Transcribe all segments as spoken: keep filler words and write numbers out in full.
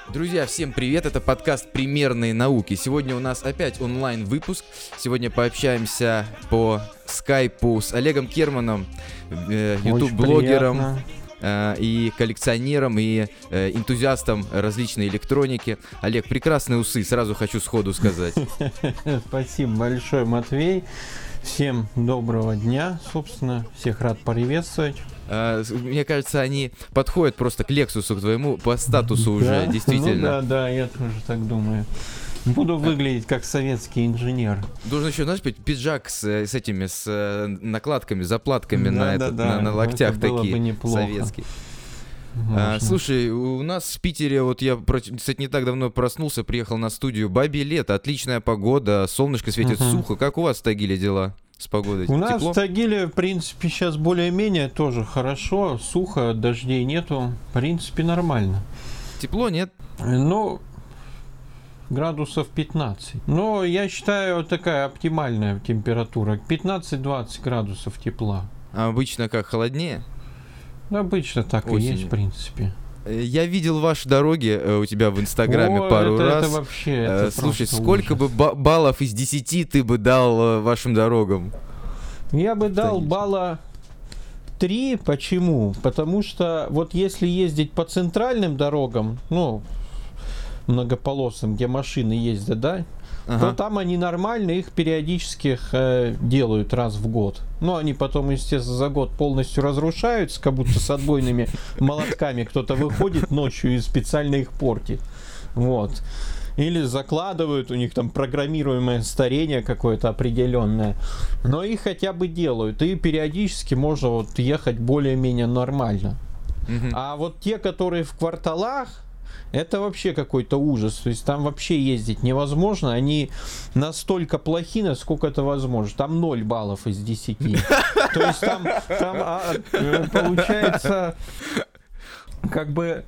Друзья, всем привет, это подкаст «Примерные науки». Сегодня у нас опять онлайн-выпуск. Сегодня пообщаемся по скайпу с Олегом Керманом, э, ютуб-блогером э, и коллекционером, и э, энтузиастом различной электроники. Олег, прекрасные усы, сразу хочу сходу сказать. Спасибо большое, Матвей. Всем доброго дня, собственно, всех рад приветствовать. Мне кажется, они подходят просто к Лексусу, к твоему, по статусу уже, да? действительно. Ну да, да, я тоже так думаю. Буду выглядеть как советский инженер. Должен еще, знаешь, пиджак с, с этими, с накладками, заплатками да, на, да, этот, да. на, на локтях Это было такие, бы неплохо. советские. А, слушай, у нас в Питере, вот я, кстати, не так давно проснулся, приехал на студию, бабье лето, отличная погода, солнышко светит, uh-huh. сухо. Как у вас в Тагиле дела с погодой? У нас Тепло? в Тагиле, в принципе, сейчас более-менее тоже хорошо, сухо, дождей нету, в принципе, нормально. Тепло, нет? Ну, градусов пятнадцать. Но я считаю, такая оптимальная температура, пятнадцать-двадцать градусов тепла. А обычно как, холоднее? Обычно так осенью. И есть, в принципе. Я видел ваши дороги у тебя в Инстаграме О, пару это, раз. Это вообще, это Слушай, сколько ужас. бы баллов из десяти ты бы дал вашим дорогам? Я бы дал балла три. Почему? Потому что вот если ездить по центральным дорогам, ну, многополосным, где машины ездят, да, ага. то там они нормально, их периодически э, делают раз в год. Но они потом, естественно, за год полностью разрушаются, как будто с отбойными молотками кто-то выходит ночью и специально их портит. Вот. Или закладывают, у них там программируемое старение какое-то определенное. Но их хотя бы делают. И периодически можно вот ехать более-менее нормально. Mm-hmm. А вот те, которые в кварталах, это вообще какой-то ужас. То есть там вообще ездить невозможно. Они настолько плохи, насколько это возможно. Там ноль баллов из десяти. То есть там, там а, получается как бы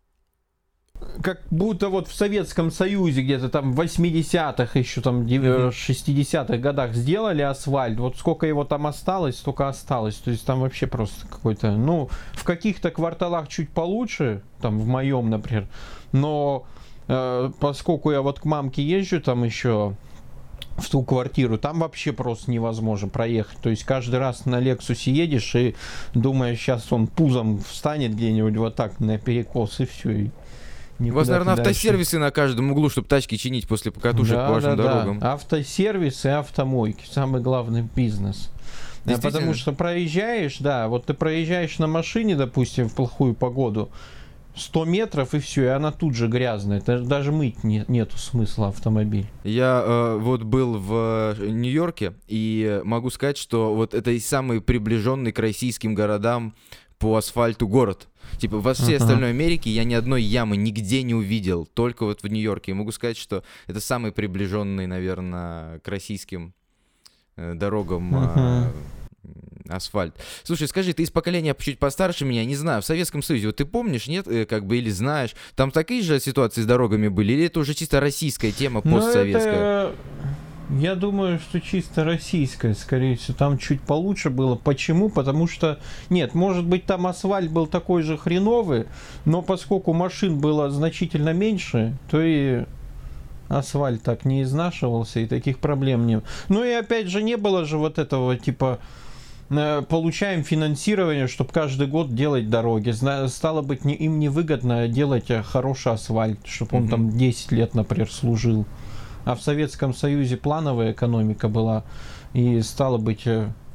как будто вот в Советском Союзе где-то там в восьмидесятых, еще там шестидесятых годах сделали асфальт. Вот сколько его там осталось, столько осталось. То есть там вообще просто какой-то, ну, в каких-то кварталах чуть получше, там в моем, например. Но э, поскольку я вот к мамке езжу там еще в ту квартиру, там вообще просто невозможно проехать. То есть каждый раз на Лексусе едешь и думаешь, сейчас он пузом встанет где-нибудь вот так на перекос и все. И у вас, наверное, дальше. Автосервисы на каждом углу, чтобы тачки чинить после покатушек да, по вашим да, дорогам. Да. Автосервисы и автомойки. Самый главный бизнес. А потому что проезжаешь, да, вот ты проезжаешь на машине, допустим, в плохую погоду, сто метров и все, и она тут же грязная. Это даже мыть не, нету смысла автомобиль. Я э, вот был в Нью-Йорке, и могу сказать, что вот это и самый приближенный к российским городам по асфальту город. Типа во всей uh-huh. остальной Америке я ни одной ямы нигде не увидел, только вот в Нью-Йорке. Я могу сказать, что это самый приближенный, наверное, к российским э, дорогам uh-huh. э, асфальт. Слушай, скажи, ты из поколения чуть постарше меня, не знаю, в Советском Союзе, вот ты помнишь, нет, э, как бы, или знаешь, там такие же ситуации с дорогами были, или это уже чисто российская тема, постсоветская? Это... Я думаю, что чисто российская, скорее всего, там чуть получше было. Почему? Потому что, нет, может быть, там асфальт был такой же хреновый, но поскольку машин было значительно меньше, то и асфальт так не изнашивался, и таких проблем не было. Ну и опять же, не было же вот этого, типа, получаем финансирование, чтобы каждый год делать дороги. Стало быть, не, им невыгодно делать хороший асфальт, чтобы он mm-hmm. там десять лет, например, служил. А в Советском Союзе плановая экономика была, и стало быть,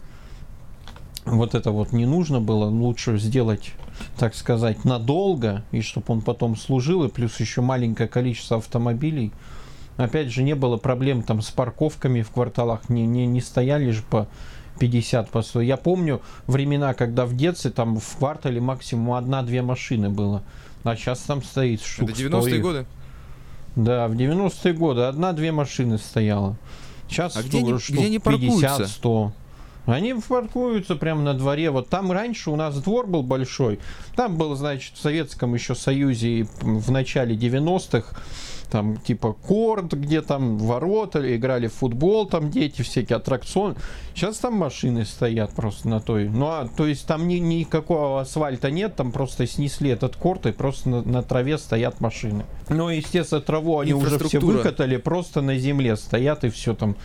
вот это вот не нужно было, лучше сделать, так сказать, надолго, и чтобы он потом служил, и плюс еще маленькое количество автомобилей. Опять же, не было проблем там с парковками в кварталах, не, не, не стояли же по пятьдесят, по сто. Я помню времена, когда в детстве там в квартале максимум одна-две машины было, а сейчас там стоит штук это девяностые годы? Да, в девяностые годы одна-две машины стояло. Сейчас а штук, где, не, штук где не пятьдесят-сто. Они паркуются прямо на дворе. Вот там раньше у нас двор был большой. Там был, значит, в Советском еще Союзе в начале девяностых там типа корт, где там ворота, играли в футбол, там дети, всякие аттракционы. Сейчас там машины стоят просто на той. Ну, а, то есть там ни, никакого асфальта нет, там просто снесли этот корт, и просто на, на траве стоят машины. Ну, естественно, траву они уже все выкатали, просто на земле стоят, и все там.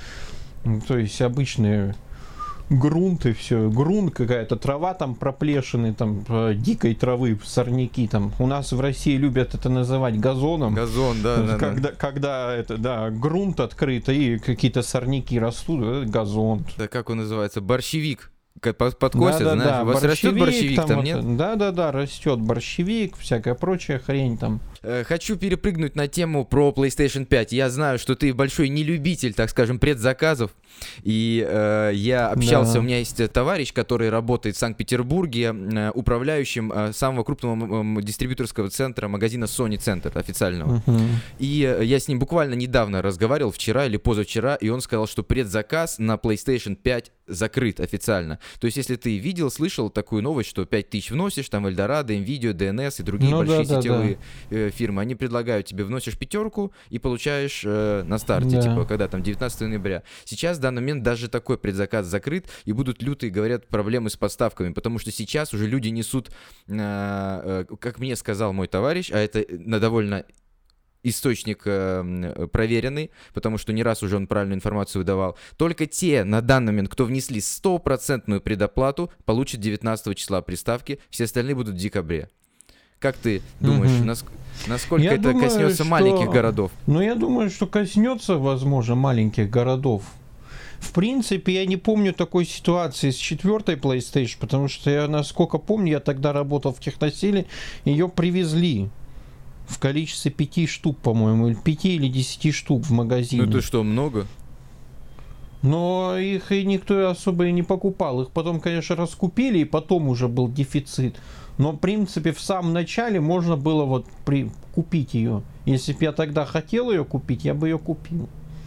То есть обычные грунт и все. Грунт, какая-то трава там проплешины, там дикой травы, сорняки там. У нас в России любят это называть газоном. Газон, да, да. Когда, да. когда это, да, грунт открыт и какие-то сорняки растут, это газон. Да, как он называется? Борщевик. Подкосит, да, да, знаешь, да. у вас растет борщевик там, там вот, нет? Да, да, да, растет борщевик, всякая прочая хрень там. Хочу перепрыгнуть на тему про PlayStation пять. Я знаю, что ты большой нелюбитель, так скажем, предзаказов. И э, я общался, да. У меня есть товарищ, который работает в Санкт-Петербурге, э, управляющим э, самого крупного э, дистрибьюторского центра, магазина Sony Center официального. Uh-huh. И э, я с ним буквально недавно разговаривал, вчера или позавчера, и он сказал, что предзаказ на PlayStation пять закрыт официально. То есть, если ты видел, слышал такую новость, что пять тысяч вносишь, там Эльдорадо, Nvidia, ди эн эс и другие ну, большие да, сетевые да, да. фирмы, они предлагают тебе, вносишь пятерку и получаешь э, на старте, да. типа, когда там девятнадцатого ноября. Сейчас в данный момент даже такой предзаказ закрыт, и будут лютые, говорят, проблемы с поставками, потому что сейчас уже люди несут, э, э, как мне сказал мой товарищ, а это на довольно источник э, проверенный, потому что не раз уже он правильную информацию выдавал. Только те, на данный момент, кто внесли стопроцентную предоплату, получат девятнадцатого числа приставки, все остальные будут в декабре. Как ты думаешь, mm-hmm. нас, насколько я это думаю, коснется что... маленьких городов? Ну, я думаю, что коснется, возможно, маленьких городов. В принципе, я не помню такой ситуации с четвертой PlayStation, потому что я, насколько помню, я тогда работал в Техносиле, ее привезли в количестве пяти штук, по-моему, или пяти или десяти штук в магазине. Ну это что, много? Но их и никто особо и не покупал. Их потом, конечно, раскупили, и потом уже был дефицит. Но, в принципе, в самом начале можно было вот при... купить ее. Если бы я тогда хотел ее купить, я бы ее купил.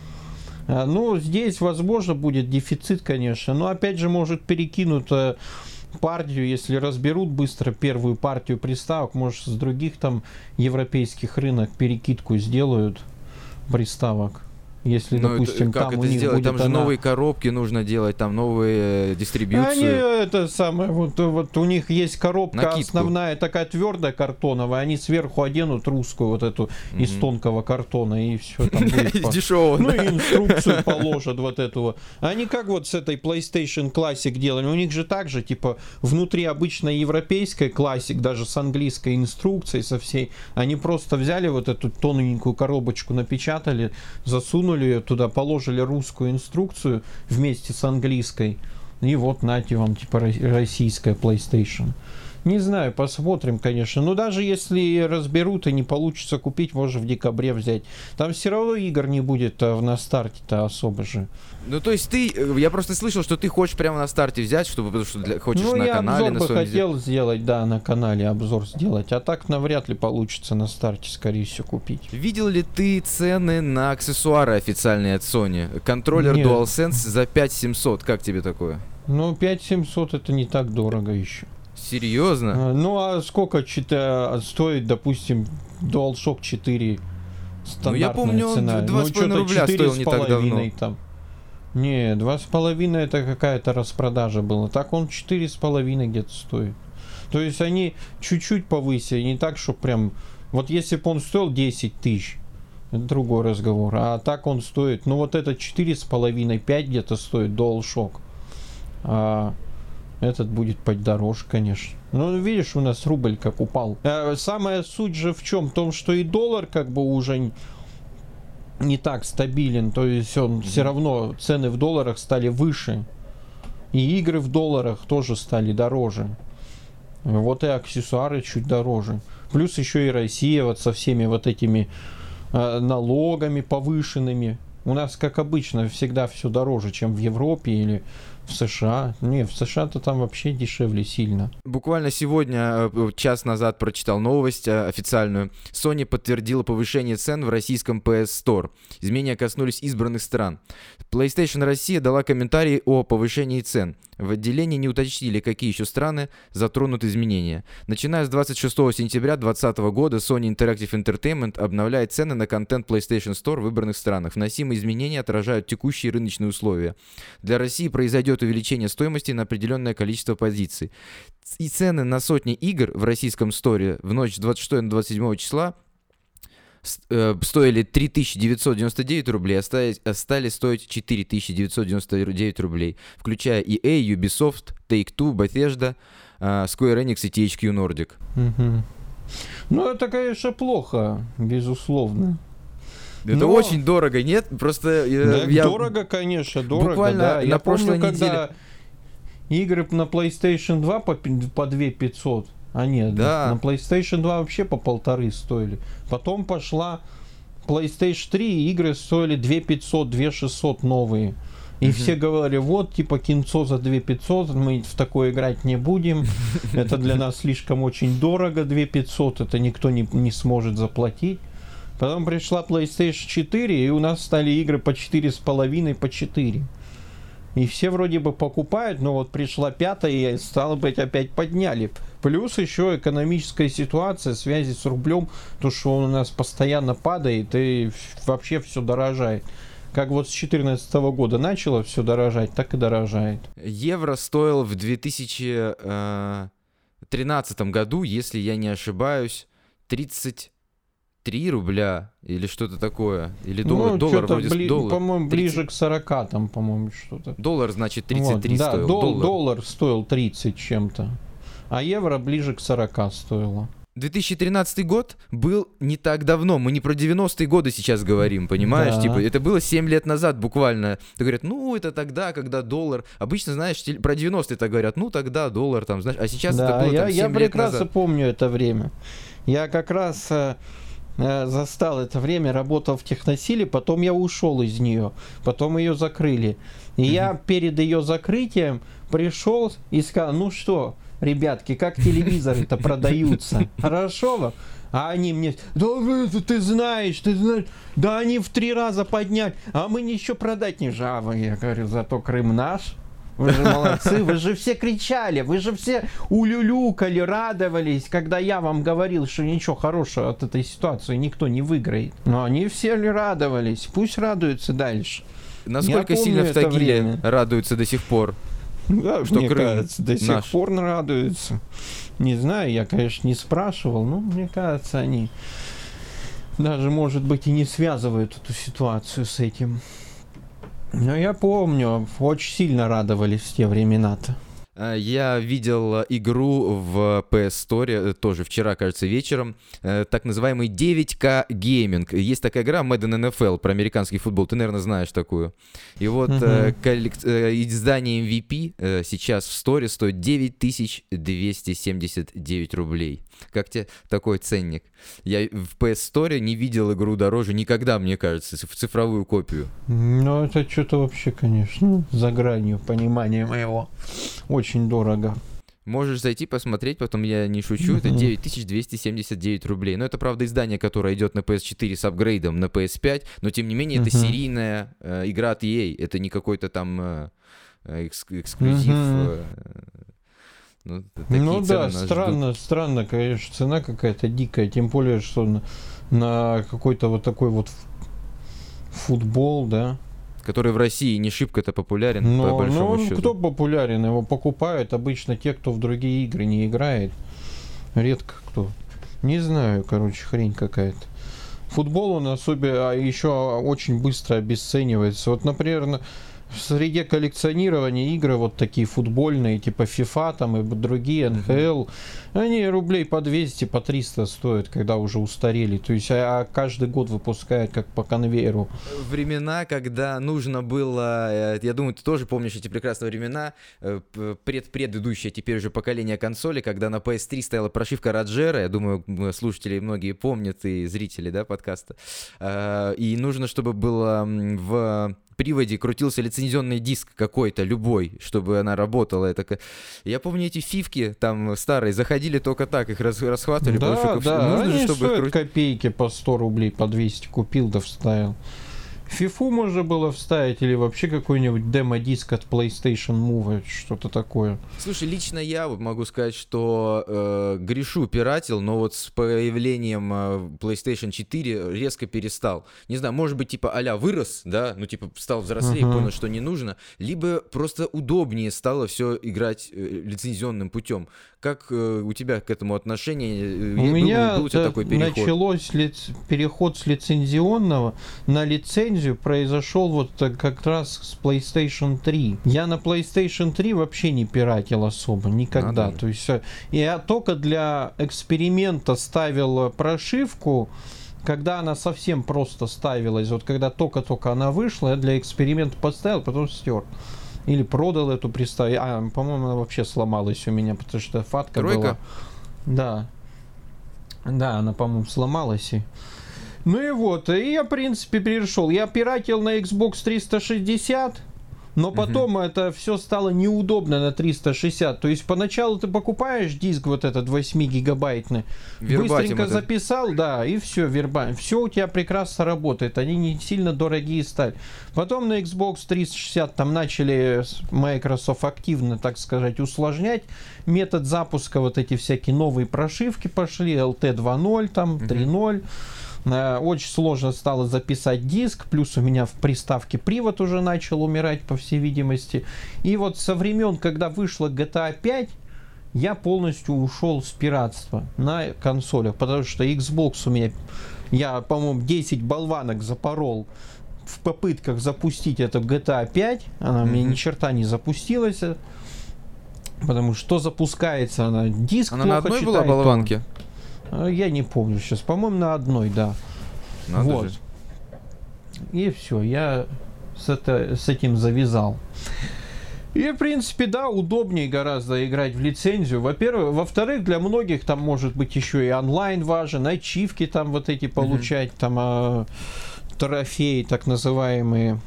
А, ну, здесь, возможно, будет дефицит, конечно. Но, опять же, может перекинуть партию, если разберут быстро первую партию приставок, может, с других там европейских рынок перекидку сделают приставок. Если, но допустим, это, как там это у них сделать? будет Там же она... новые коробки нужно делать, там новые э, дистрибьюции. Они, это самое, вот, вот у них есть коробка накидку. Основная, такая твердая картоновая, они сверху оденут русскую вот эту mm-hmm. из тонкого картона, и все там будет. Дешево. Ну и инструкцию положат вот эту. Они как вот с этой PlayStation Classic делали, у них же так же, типа, внутри обычной европейской Classic, даже с английской инструкцией, со всей, они просто взяли вот эту тоненькую коробочку, напечатали, засунули ее туда, положили русскую инструкцию вместе с английской, и вот нате вам типа российская PlayStation. Не знаю, посмотрим, конечно. Но даже если разберут и не получится купить, можно в декабре взять. Там все равно игр не будет а на старте-то особо же. Ну, то есть ты, я просто слышал, что ты хочешь прямо на старте взять, чтобы, потому что для, хочешь ну, на канале. Ну, я обзор бы хотел взять. сделать, да, на канале обзор сделать. А так навряд ли получится на старте, скорее всего, купить. Видел ли ты цены на аксессуары официальные от Sony? Контроллер Нет. DualSense за пять тысяч семьсот. Как тебе такое? Ну, пять тысяч семьсот это не так дорого еще. Серьезно? Ну, а сколько чё-то стоит, допустим, DualShock четыре стандартная ну, я помню, цена? Он два с половиной рубля стоил не так давно. Там. Не, два с половиной это какая-то распродажа была. Так он четыре с половиной где-то стоит. То есть они чуть-чуть повысили, не так, что прям... Вот если бы он стоил десять тысяч, это другой разговор. А так он стоит... Ну, вот это четыре с половиной, пять где-то стоит DualShock. А... Этот будет подороже, конечно. Ну, видишь, у нас рубль как упал. Самая суть же в чем? В том, что и доллар как бы уже не так стабилен. То есть он mm-hmm. все равно, цены в долларах стали выше. И игры в долларах тоже стали дороже. Вот и аксессуары чуть дороже. Плюс еще и Россия вот со всеми вот этими э, налогами повышенными. У нас, как обычно, всегда все дороже, чем в Европе или В США? Не, в США-то там вообще дешевле сильно. Буквально сегодня, час назад, прочитал новость официальную. Sony подтвердила повышение цен в российском пи эс Store. Изменения коснулись избранных стран. PlayStation Россия дала комментарий о повышении цен. В отделении не уточнили, какие еще страны затронут изменения. Начиная с двадцать шестого сентября две тысячи двадцатого года Sony Interactive Entertainment обновляет цены на контент PlayStation Store в выбранных странах. Вносимые изменения отражают текущие рыночные условия. Для России произойдет увеличение стоимости на определенное количество позиций. И цены на сотни игр в российском сторе в ночь с двадцать шестого на двадцать седьмое числа стоили три тысячи девятьсот девяносто девять рублей, а стали стоить четыре тысячи девятьсот девяносто девять рублей, включая и эй, Ubisoft, Take-Two, Bethesda, Square Enix и ти эйч кью Nordic. Угу. Ну, это, конечно, плохо, безусловно. Это Но... очень дорого, нет? Просто да, я... Дорого, конечно, дорого. Буквально да. на я прошлой помню, неделе... когда игры на PlayStation два по, по две тысячи пятьсот, а нет, да. на PlayStation два вообще по полторы стоили. Потом пошла PlayStation три, и игры стоили две тысячи пятьсот, две тысячи шестьсот новые. И mm-hmm. все говорили, вот, типа, кинцо за две тысячи пятьсот, мы в такое играть не будем. Это для нас слишком очень дорого, две тысячи пятьсот, это никто не, не сможет заплатить. Потом пришла PlayStation четыре, и у нас стали игры по четыре с половиной, по четыре. И все вроде бы покупают, но вот пришла пятая, и, стало быть, опять подняли. Плюс еще экономическая ситуация, связи с рублем, то, что он у нас постоянно падает, и вообще все дорожает. Как вот с две тысячи четырнадцатого года начало все дорожать, так и дорожает. Евро стоил в две тысячи тринадцатом году, если я не ошибаюсь, тридцать три рубля или что-то такое. Или доллар, ну, доллар вроде бли, доллар. По-моему, ближе к сорока там, по-моему, что-то. Доллар, значит, тридцать три вот, стоил. Да, дол- доллар. доллар стоил тридцать чем-то, а евро ближе к сорока стоило. две тысячи тринадцатый год был не так давно. Мы не про девяностые годы сейчас говорим, понимаешь? Да. Типа, это было семь лет назад буквально. Ты говорят, ну, это тогда, когда доллар... Обычно, знаешь, про девяностые так говорят, ну, тогда доллар там, знаешь. А сейчас да, это было я, там, семь я лет прекрасно назад. помню это время. Я как раз... застал это время, работал в Техносиле, потом я ушел из нее, потом ее закрыли. И mm-hmm. я перед ее закрытием пришел и сказал, ну что, ребятки, как телевизоры-то продаются? Хорошо вам? А они мне, да ты знаешь, ты знаешь, да они в три раза подняли, а мы ничего продать не жавы. Я говорю, зато Крым наш. Вы же молодцы, вы же все кричали, вы же все улюлюкали, радовались, когда я вам говорил, что ничего хорошего от этой ситуации никто не выиграет. Но они все радовались, пусть радуются дальше. Насколько сильно в Тагиле радуются до сих пор? Да, что мне Крым кажется, до сих наш. пор радуются. Не знаю, я, конечно, не спрашивал, но мне кажется, они даже, может быть, и не связывают эту ситуацию с этим. Ну, я помню, очень сильно радовались в те времена-то. Я видел игру в пи эс Store, тоже вчера, кажется, вечером, так называемый девять ка гейминг. Есть такая игра Madden эн эф эл про американский футбол, ты, наверное, знаешь такую. И вот uh-huh. коллек... издание эм ви пи сейчас в Store стоит девять тысяч двести семьдесят девять рублей. Как тебе такой ценник? Я в пи эс Store не видел игру дороже никогда, мне кажется, в цифровую копию. Ну, это что-то вообще, конечно, за гранью понимания моего. Очень дорого. Можешь зайти посмотреть, потом я не шучу, это девять тысяч двести семьдесят девять рублей. Но это, правда, издание, которое идет на пи эс четыре с апгрейдом на пи эс пять, но, тем не менее, это серийная э, игра от и эй, это не какой-то там э, экск- эксклюзив. Э, Ну, ну да, странно, ждут. странно, конечно, цена какая-то дикая, тем более, что на, на какой-то вот такой вот футбол, да. Который в России не шибко-то популярен, но, по большому но счету. Кто популярен? Его покупают обычно те, кто в другие игры не играет. Редко кто. Не знаю, короче, хрень какая-то. Футбол, он особенно еще очень быстро обесценивается. Вот, например, в среде коллекционирования игры вот такие футбольные, типа FIFA там и другие, эн эф эл, mm-hmm. они рублей по двести, по триста стоят, когда уже устарели. То есть а каждый год выпускают как по конвейеру. Времена, когда нужно было, я думаю, ты тоже помнишь эти прекрасные времена, предпредыдущее теперь уже поколение консолей, когда на пи эс три стояла прошивка Роджера, я думаю, слушатели многие помнят и зрители, да, подкаста. И нужно, чтобы было в приводе крутился лицензионный диск какой-то, любой, чтобы она работала. Это... Я помню, эти фифки там старые заходили только так, их раз, расхватывали. Да, потому что да, нужно они же, чтобы стоят крут... копейки по сто рублей, по двести купил да вставил. Фифу можно было вставить или вообще какой-нибудь демо-диск от PlayStation Move, что-то такое. Слушай, лично я вот могу сказать, что э, грешу пиратил, но вот с появлением э, PlayStation четыре резко перестал. Не знаю, может быть, типа а-ля вырос, да, ну типа стал взрослее, uh-huh. понял, что не нужно, либо просто удобнее стало все играть э, лицензионным путем. Как э, у тебя к этому отношение? У был, меня был, был у тебя такой переход? началось лиц... переход с лицензионного на лицензию произошел вот как раз с PlayStation три. Я на PlayStation три вообще не пиратил особо, никогда. Надо. То есть я только для эксперимента ставил прошивку, когда она совсем просто ставилась. Вот когда только-только она вышла, я для эксперимента поставил, потом стер. Или продал эту приставку. А, по-моему, она вообще сломалась у меня, потому что фатка Тройка? была. Да. Да, она, по-моему, сломалась. И... Ну и вот, и я, в принципе, перешел. Я пиратил на Xbox триста шестьдесят, но потом uh-huh. это все стало неудобно на триста шестьдесят. То есть поначалу ты покупаешь диск вот этот восьмигигабайтный, Вербатим быстренько это. записал, да, и все, вербатим. Все у тебя прекрасно работает, они не сильно дорогие стали. Потом на Xbox триста шестьдесят там начали Microsoft активно, так сказать, усложнять метод запуска, вот эти всякие новые прошивки пошли, эл ти два ноль, там, uh-huh. три ноль. Очень сложно стало записать диск, плюс у меня в приставке привод уже начал умирать, по всей видимости. И вот со времен, когда вышла джи ти эй пять, я полностью ушел с пиратства на консолях, потому что Xbox у меня, я, по-моему, десять болванок запорол в попытках запустить это джи ти эй пять, она mm-hmm. у меня ни черта не запустилась, потому что запускается она, диск она плохо на одной читает, была болванке? Я не помню сейчас. По-моему, на одной, да. Надо вот. же. И все, я с, это, с этим завязал. И, в принципе, да, удобнее гораздо играть в лицензию. Во-первых, во-вторых, для многих там может быть еще и онлайн важен, ачивки там вот эти получать, mm-hmm. там а, трофеи так называемые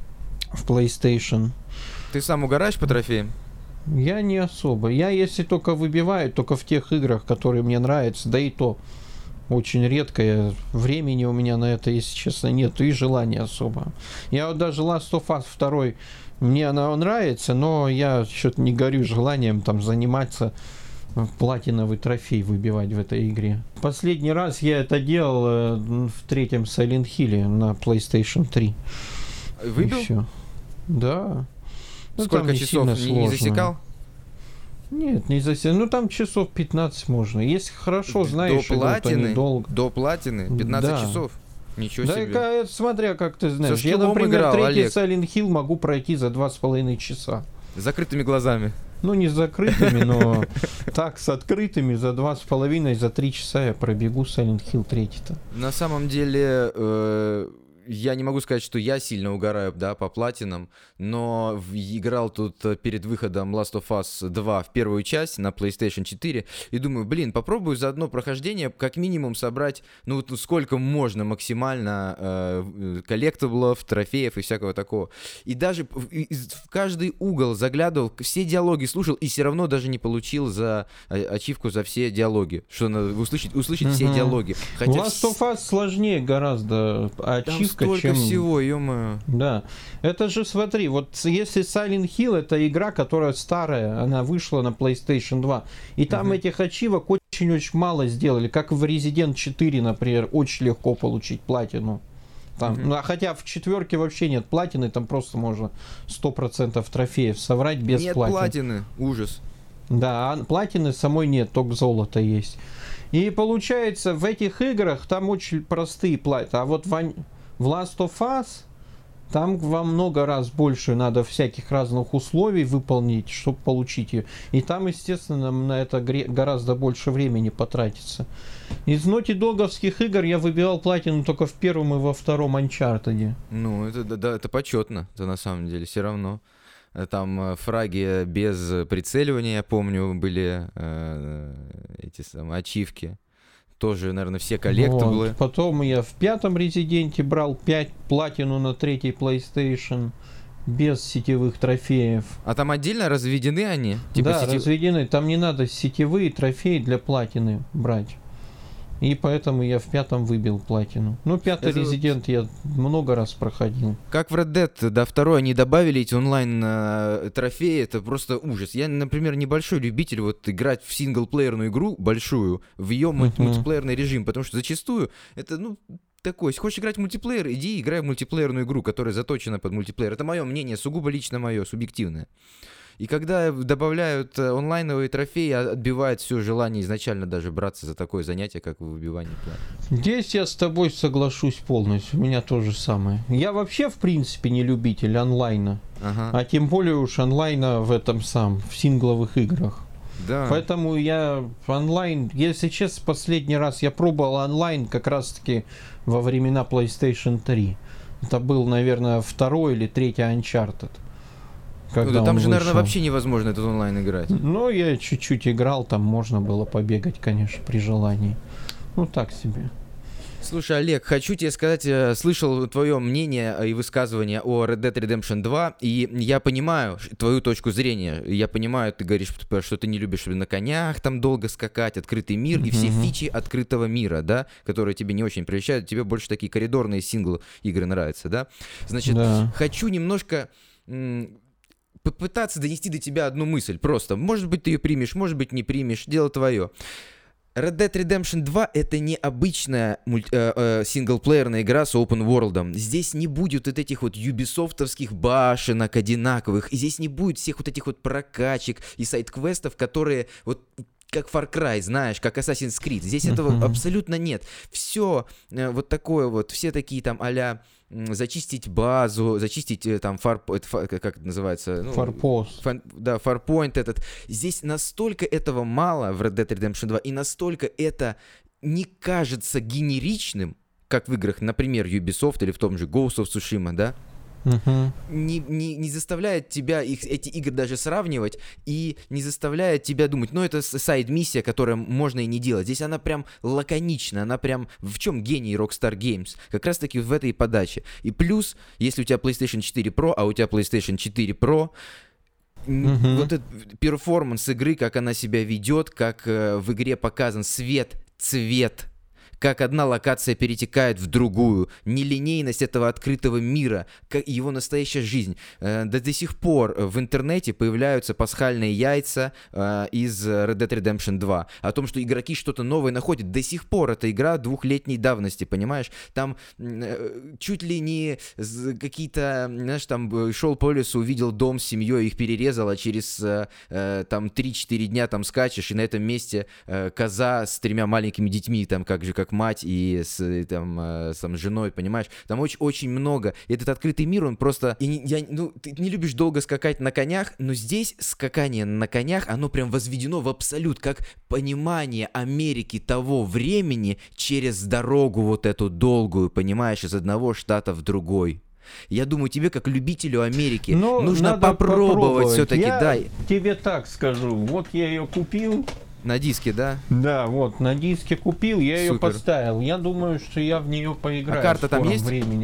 в PlayStation. Ты сам угораешь по трофеям? Я не особо. Я, если только выбиваю, только в тех играх, которые мне нравятся, да и то очень редко. Я, времени у меня на это, если честно, нет, и желания особо. Я вот даже Last of Us два, мне она нравится, но я что-то не горю желанием там заниматься, платиновый трофей выбивать в этой игре. Последний раз я это делал в третьем Silent Hill на PlayStation три. Выбил? И всё. Да. Ну, сколько часов? Не, не засекал? Нет, не засекал. Ну там часов пятнадцать можно. Если хорошо знаешь, до платины, недолго. До платины? пятнадцать да. часов? Ничего да, себе. Да, смотря как ты знаешь. Со Я, например, играл, третий Олег. Silent Hill могу пройти за два с половиной часа. С закрытыми глазами? Ну, не с закрытыми, но так, с открытыми за два с половиной, за три часа я пробегу Silent Hill три-то. На самом деле... Э- Я не могу сказать, что я сильно угораю, да, по платинам, но играл тут перед выходом Last of Us два в первую часть на PlayStation четыре и думаю, блин, попробую за одно прохождение как минимум собрать, ну вот сколько можно максимально э, коллектаблов, трофеев и всякого такого. И даже в, в каждый угол заглядывал, все диалоги слушал и все равно даже не получил за ачивку за все диалоги, что надо услышать, услышать uh-huh. все диалоги. Хотя Last of Us сложнее гораздо ачивка. Столько чем... всего, ё-моё. Да. Это же, смотри, вот если Silent Hill это игра, которая старая, она вышла на PlayStation два, и там uh-huh. этих ачивок очень-очень мало сделали, как в Resident четыре, например, очень легко получить платину. Там, uh-huh. ну, а хотя в четверке вообще нет платины, там просто можно сто процентов трофеев соврать без нет платины. Нет платины, ужас. Да, а платины самой нет, только золото есть. И получается, в этих играх там очень простые платины, а вот в... В Last of Us там во много раз больше надо всяких разных условий выполнить, чтобы получить ее. И там, естественно, на это гораздо больше времени потратится. Из Naughty Dog'овских игр я выбивал платину только в первом и во втором Uncharted. Ну, это, да, это почетно, это на самом деле, все равно. Там фраги без прицеливания, я помню, были э, эти самые ачивки. Тоже, наверное, все коллектаблы. Вот. Потом я в пятом Резиденте брал пять платину на третий PlayStation без сетевых трофеев. А там отдельно разведены они? Типа да, сетев... разведены. Там не надо сетевые трофеи для платины брать. И поэтому я в пятом выбил платину. Ну, пятый Резидент я много раз проходил. Как в Red Dead, да, второй они добавили эти онлайн-трофеи, это просто ужас. Я, например, небольшой любитель вот играть в синглплеерную игру большую, в ее uh-huh. мультиплеерный режим, потому что зачастую это, ну, такой, если хочешь играть в мультиплеер, иди играй в мультиплеерную игру, которая заточена под мультиплеер. Это мое мнение, сугубо лично мое, субъективное. И когда добавляют онлайновые трофеи, отбивает все желание изначально даже браться за такое занятие, как выбивание плат. Здесь я с тобой соглашусь полностью. У меня то же самое. Я вообще, в принципе, не любитель онлайна. Ага. А тем более уж онлайна в этом сам, в сингловых играх. Да. Поэтому я онлайн, если честно, последний раз я пробовал онлайн как раз-таки во времена PlayStation три. Это был, наверное, второй или третий Uncharted. Ну, да там же, вышел. Наверное, вообще невозможно этот онлайн играть. Ну, я чуть-чуть играл, там можно было побегать, конечно, при желании. Ну, так себе. Слушай, Олег, хочу тебе сказать, слышал твое мнение и высказывание о Red Dead Redemption два, и я понимаю твою точку зрения. Я понимаю, ты говоришь, что ты не любишь на конях там долго скакать, открытый мир, mm-hmm. и все фичи открытого мира, да, которые тебе не очень прельщают, тебе больше такие коридорные сингл-игры нравятся, да? Значит, да. хочу немножко... М- попытаться донести до тебя одну мысль просто. Может быть, ты ее примешь, может быть, не примешь. Дело твое. Red Dead Redemption два — это не обычная мульти- э, э, синглплеерная игра с open world. Здесь не будет вот этих вот юбисофтовских башенок одинаковых. И здесь не будет всех вот этих вот прокачек и сайд-квестов, которые вот... как Far Cry, знаешь, как Assassin's Creed. Здесь uh-huh. этого абсолютно нет. Все э, вот такое вот, все такие там а-ля м, зачистить базу, зачистить э, там фар, это, фар, как это называется? Ну, Фарпост. Фан, да, Farpoint этот. Здесь настолько этого мало в Red Dead Redemption два, и настолько это не кажется генеричным, как в играх, например, Ubisoft или в том же Ghost of Tsushima, да? Uh-huh. Не, не, не заставляет тебя их, эти игры даже сравнивать, и не заставляет тебя думать, ну это сайд-миссия, которую можно и не делать. Здесь она прям лаконична, она прям... В чем гений Rockstar Games? Как раз таки в этой подаче. И плюс, если у тебя PlayStation четыре Pro, а у тебя PlayStation четыре Pro, uh-huh. вот этот перформанс игры, как она себя ведет, как э, в игре показан свет, цвет, как одна локация перетекает в другую, нелинейность этого открытого мира, как его настоящая жизнь. До, до сих пор в интернете появляются пасхальные яйца э, из Red Dead Redemption два. О том, что игроки что-то новое находят. До сих пор эта игра двухлетней давности, понимаешь? Там э, чуть ли не какие-то, знаешь, там шел по лесу, увидел дом с семьей, их перерезал, а через э, там три-четыре дня там скачешь, и на этом месте э, коза с тремя маленькими детьми, там как же, как мать и с там, э, с женой, понимаешь? Там очень, очень много. И этот открытый мир, он просто... И не, я, ну, ты не любишь долго скакать на конях, но здесь скакание на конях, оно прям возведено в абсолют, как понимание Америки того времени через дорогу вот эту долгую, понимаешь, из одного штата в другой. Я думаю, тебе, как любителю Америки, ну, нужно попробовать, попробовать все-таки. Я дай. тебе так скажу, вот я ее купил. На диске, да? Да, вот, на диске купил, я Супер. ее поставил. Я думаю, что я в нее поиграю. А карта там есть? Времени.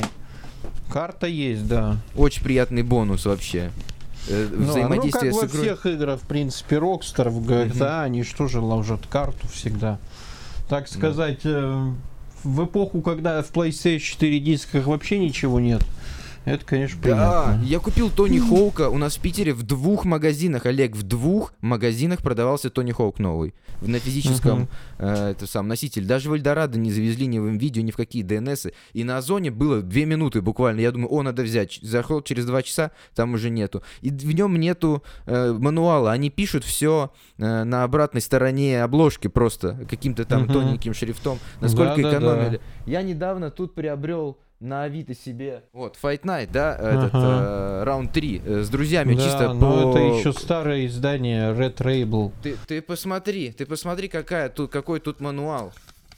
Карта есть, да. Очень приятный бонус вообще. Ну, взаимодействие ну, как с игрой. Во всех играх, в принципе, Rockstar в джи ти эй, uh-huh. они что же ложат карту всегда. Так сказать, uh-huh. в эпоху, когда в PlayStation четыре дисках вообще ничего нет. Это, конечно, приятно. Да, я купил Тони Хоука у нас в Питере в двух магазинах, Олег, в двух магазинах продавался Тони Хоук новый. На физическом uh-huh. э, это сам носитель. Даже в Эльдорадо не завезли ни в видео, ни в какие ди эн эсы. И на Озоне было две минуты буквально. Я думаю, о, надо взять. Заход через два часа, там уже нету. И в нем нету э, мануала. Они пишут все э, на обратной стороне обложки просто каким-то там uh-huh. тоненьким шрифтом. Насколько да, экономили. Да, да. Я недавно тут приобрел на Авито себе, вот, Fight Night, да, этот, ага. э, раунд три, э, с друзьями, да, чисто но по... это еще старое издание Red Rebel. Ты, ты посмотри, ты посмотри, какая тут, какой тут мануал.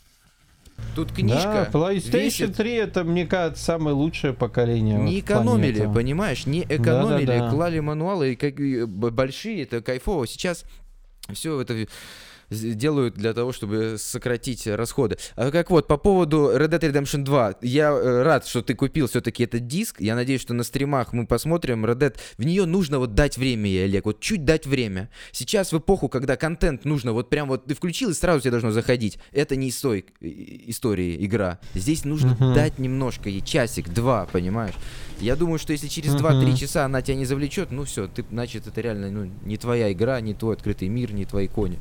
Тут книжка. Да, PlayStation весит... три это, мне кажется, самое лучшее поколение. Не вот экономили, понимаешь, не экономили, да, да, да. клали мануалы как, большие, это кайфово. Сейчас все это... делают для того, чтобы сократить расходы. А как вот, по поводу Red Dead Redemption два, я э, рад, что ты купил все-таки этот диск, я надеюсь, что на стримах мы посмотрим Red Dead, в нее нужно вот дать время, ей, Олег, вот чуть дать время. Сейчас в эпоху, когда контент нужно, вот прям вот ты включил и сразу тебе должно заходить, это не из той истории игра, здесь нужно uh-huh. дать немножко ей, часик, два, понимаешь? Я думаю, что если через два-три uh-huh. часа она тебя не завлечет, ну все, ты, значит, это реально ну, не твоя игра, не твой открытый мир, не твои кони.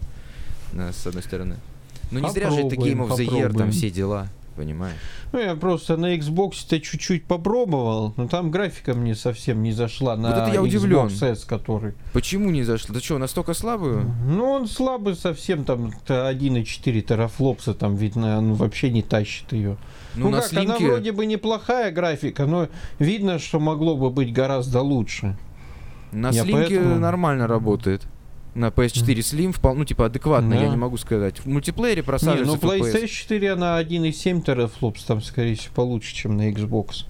С одной стороны. Ну не зря же это Game of the Year, там все дела, понимаешь? Ну я просто на Xbox-то чуть-чуть попробовал, но там графика мне совсем не зашла на вот это я удивлен. Xbox S, который... Почему не зашла? Ты что, настолько слабую? Ну он слабый совсем, там один и четыре терафлопса, там видно, он вообще не тащит ее. Ну, ну на как, слимке... она вроде бы неплохая графика, но видно, что могло бы быть гораздо лучше. На я слимке поэтому... нормально работает. На пи эс четыре Slim вполне, ну, типа, адекватно, да. Я не могу сказать. В мультиплеере просаживается. Не, ну, PlayStation четыре, она один и семь терафлопс, там, скорее всего, получше, чем на Xbox.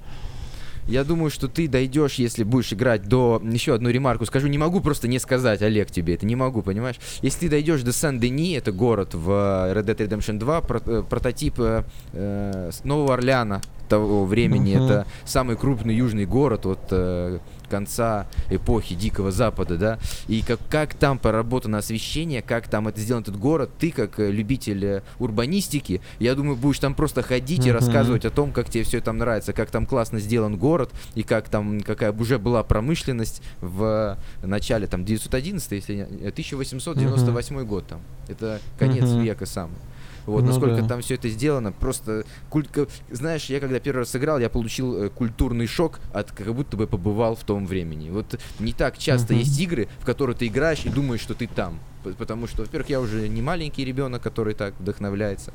Я думаю, что ты дойдешь, если будешь играть до... Еще одну ремарку скажу. Не могу просто не сказать, Олег, тебе это. Не могу, понимаешь? Если ты дойдешь до Сен-Дени, это город в Red Dead Redemption два, про- прототип э, Нового Орлеана того времени. Uh-huh. Это самый крупный южный город от... Э, конца эпохи Дикого Запада, да, и как, как там поработано освещение, как там это сделан этот город, ты как любитель урбанистики, я думаю, будешь там просто ходить uh-huh. и рассказывать о том, как тебе все там нравится, как там классно сделан город, и как там, какая уже была промышленность в начале, там, девятьсот одиннадцатый, если не, тысяча восемьсот девяносто восьмой uh-huh. год, там, это конец uh-huh. века самый. Вот, ну насколько да. там все это сделано, просто, культ, знаешь, я когда первый раз сыграл, я получил э, культурный шок, от как будто бы побывал в том времени. Вот не так часто uh-huh. есть игры, в которые ты играешь и думаешь, что ты там. Потому что, во-первых, я уже не маленький ребенок, который так вдохновляется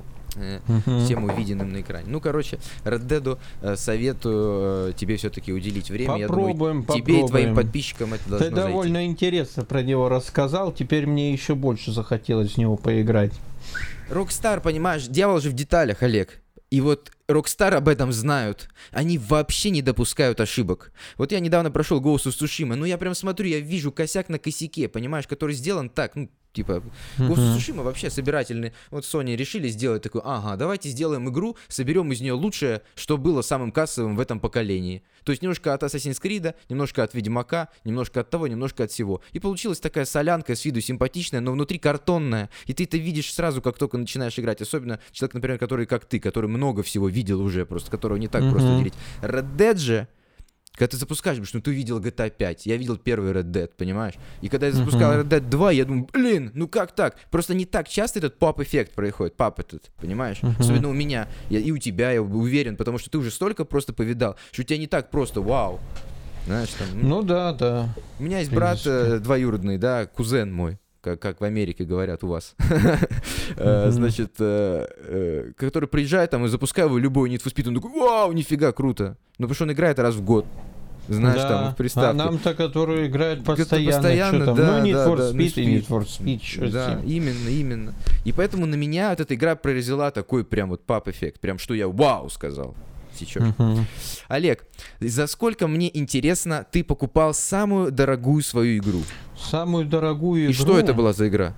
э, uh-huh. всем увиденным на экране. Ну, короче, Red Dead э, советую э, тебе все-таки уделить время. Попробуем, я думаю, попробуем. тебе и твоим подписчикам это должно зайти. Ты довольно зайти. Интересно про него рассказал, теперь мне еще больше захотелось в него поиграть. Rockstar, понимаешь, дьявол же в деталях, Олег. И вот Rockstar об этом знают. Они вообще не допускают ошибок. Вот я недавно прошел Ghost of Tsushima, ну я прям смотрю, я вижу косяк на косяке, понимаешь, который сделан так, ну, типа, Ghost of Tsushima вообще собирательный. Вот Sony решили сделать такой, ага, давайте сделаем игру, соберем из нее лучшее, что было самым кассовым в этом поколении. То есть немножко от Assassin's Creed, немножко от Ведьмака, немножко от того, немножко от всего. И получилась такая солянка, с виду симпатичная, но внутри картонная. И ты это видишь сразу, как только начинаешь играть. Особенно человек, например, который как ты, который много всего видел уже, просто которого не так mm-hmm. просто уделить. Red Dead же, когда ты запускаешь, потому что ну, ты увидел джи ти эй пять, я видел первый Red Dead, понимаешь? И когда я запускал uh-huh. Red Dead два, я думаю, блин, ну как так? Просто не так часто этот поп-эффект происходит, пап этот, понимаешь? Uh-huh. Особенно у меня, я, и у тебя, я уверен, потому что ты уже столько просто повидал, что у тебя не так просто, вау. Знаешь, там, ну, ну да, да. У меня есть брат э, двоюродный, да, кузен мой. Как, как в Америке говорят у вас, mm-hmm. значит, э, э, который приезжает там и запускает его любой Need for Speed, он такой, вау, нифига, круто. Ну, потому что он играет раз в год, знаешь, да. там, в приставке. А нам-то, которые играют постоянно, постоянно там, да, ну, Need да, for да, Speed и Need for Speed, что да, именно, именно. И поэтому на меня вот эта игра произвела такой прям вот пап-эффект, прям что я вау сказал. Uh-huh. Олег, за сколько, мне интересно, ты покупал самую дорогую свою игру? Самую дорогую игру? И что это была за игра?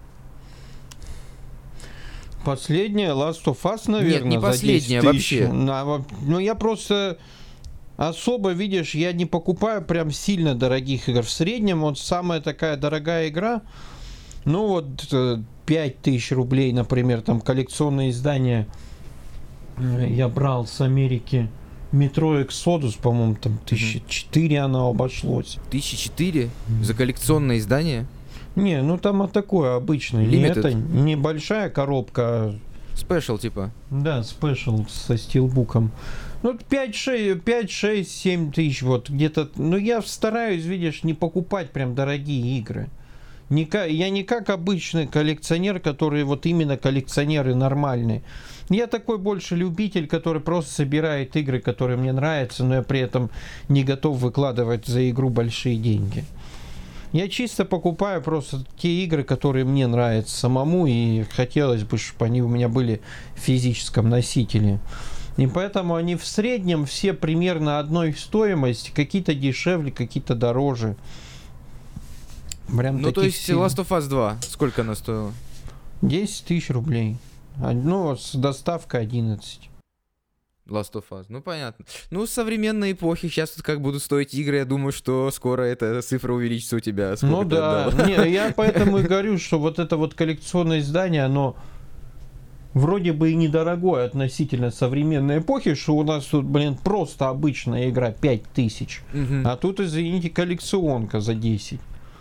Последняя Last of Us, наверное. Нет, не последняя вообще. На, ну, я просто особо, видишь, я не покупаю прям сильно дорогих игр. В среднем вот самая такая дорогая игра, ну вот пять тысяч рублей, например, там коллекционное издание я брал с Америки. Metro Exodus, по-моему, там тысяча четыре оно обошлось. тысяча четыре за коллекционное издание? Не, ну там а такое обычное. Не это небольшая коробка. Спешл типа? Да, спешл со стилбуком. Ну, пять, шесть, семь тысяч, вот где-то. Ну, я стараюсь, видишь, не покупать прям дорогие игры. Не как, я не как обычный коллекционер, который вот именно коллекционеры нормальные. Я такой больше любитель, который просто собирает игры, которые мне нравятся, но я при этом не готов выкладывать за игру большие деньги. Я чисто покупаю просто те игры, которые мне нравятся самому, и хотелось бы, чтобы они у меня были в физическом носителе. И поэтому они в среднем все примерно одной стоимости, какие-то дешевле, какие-то дороже. Прям ну, то есть стилей. Last of Us два, сколько она стоила? десять тысяч рублей. Ну, с доставкой одиннадцать. Last of Us, ну понятно. Ну, современной эпохи, сейчас вот как будут стоить игры, я думаю, что скоро эта цифра увеличится у тебя. Сколько ну да, не, я поэтому и говорю, что вот это вот коллекционное издание, оно вроде бы и недорогое относительно современной эпохи, что у нас тут, блин, просто обычная игра пять тысяч, угу. А тут, извините, коллекционка за десять.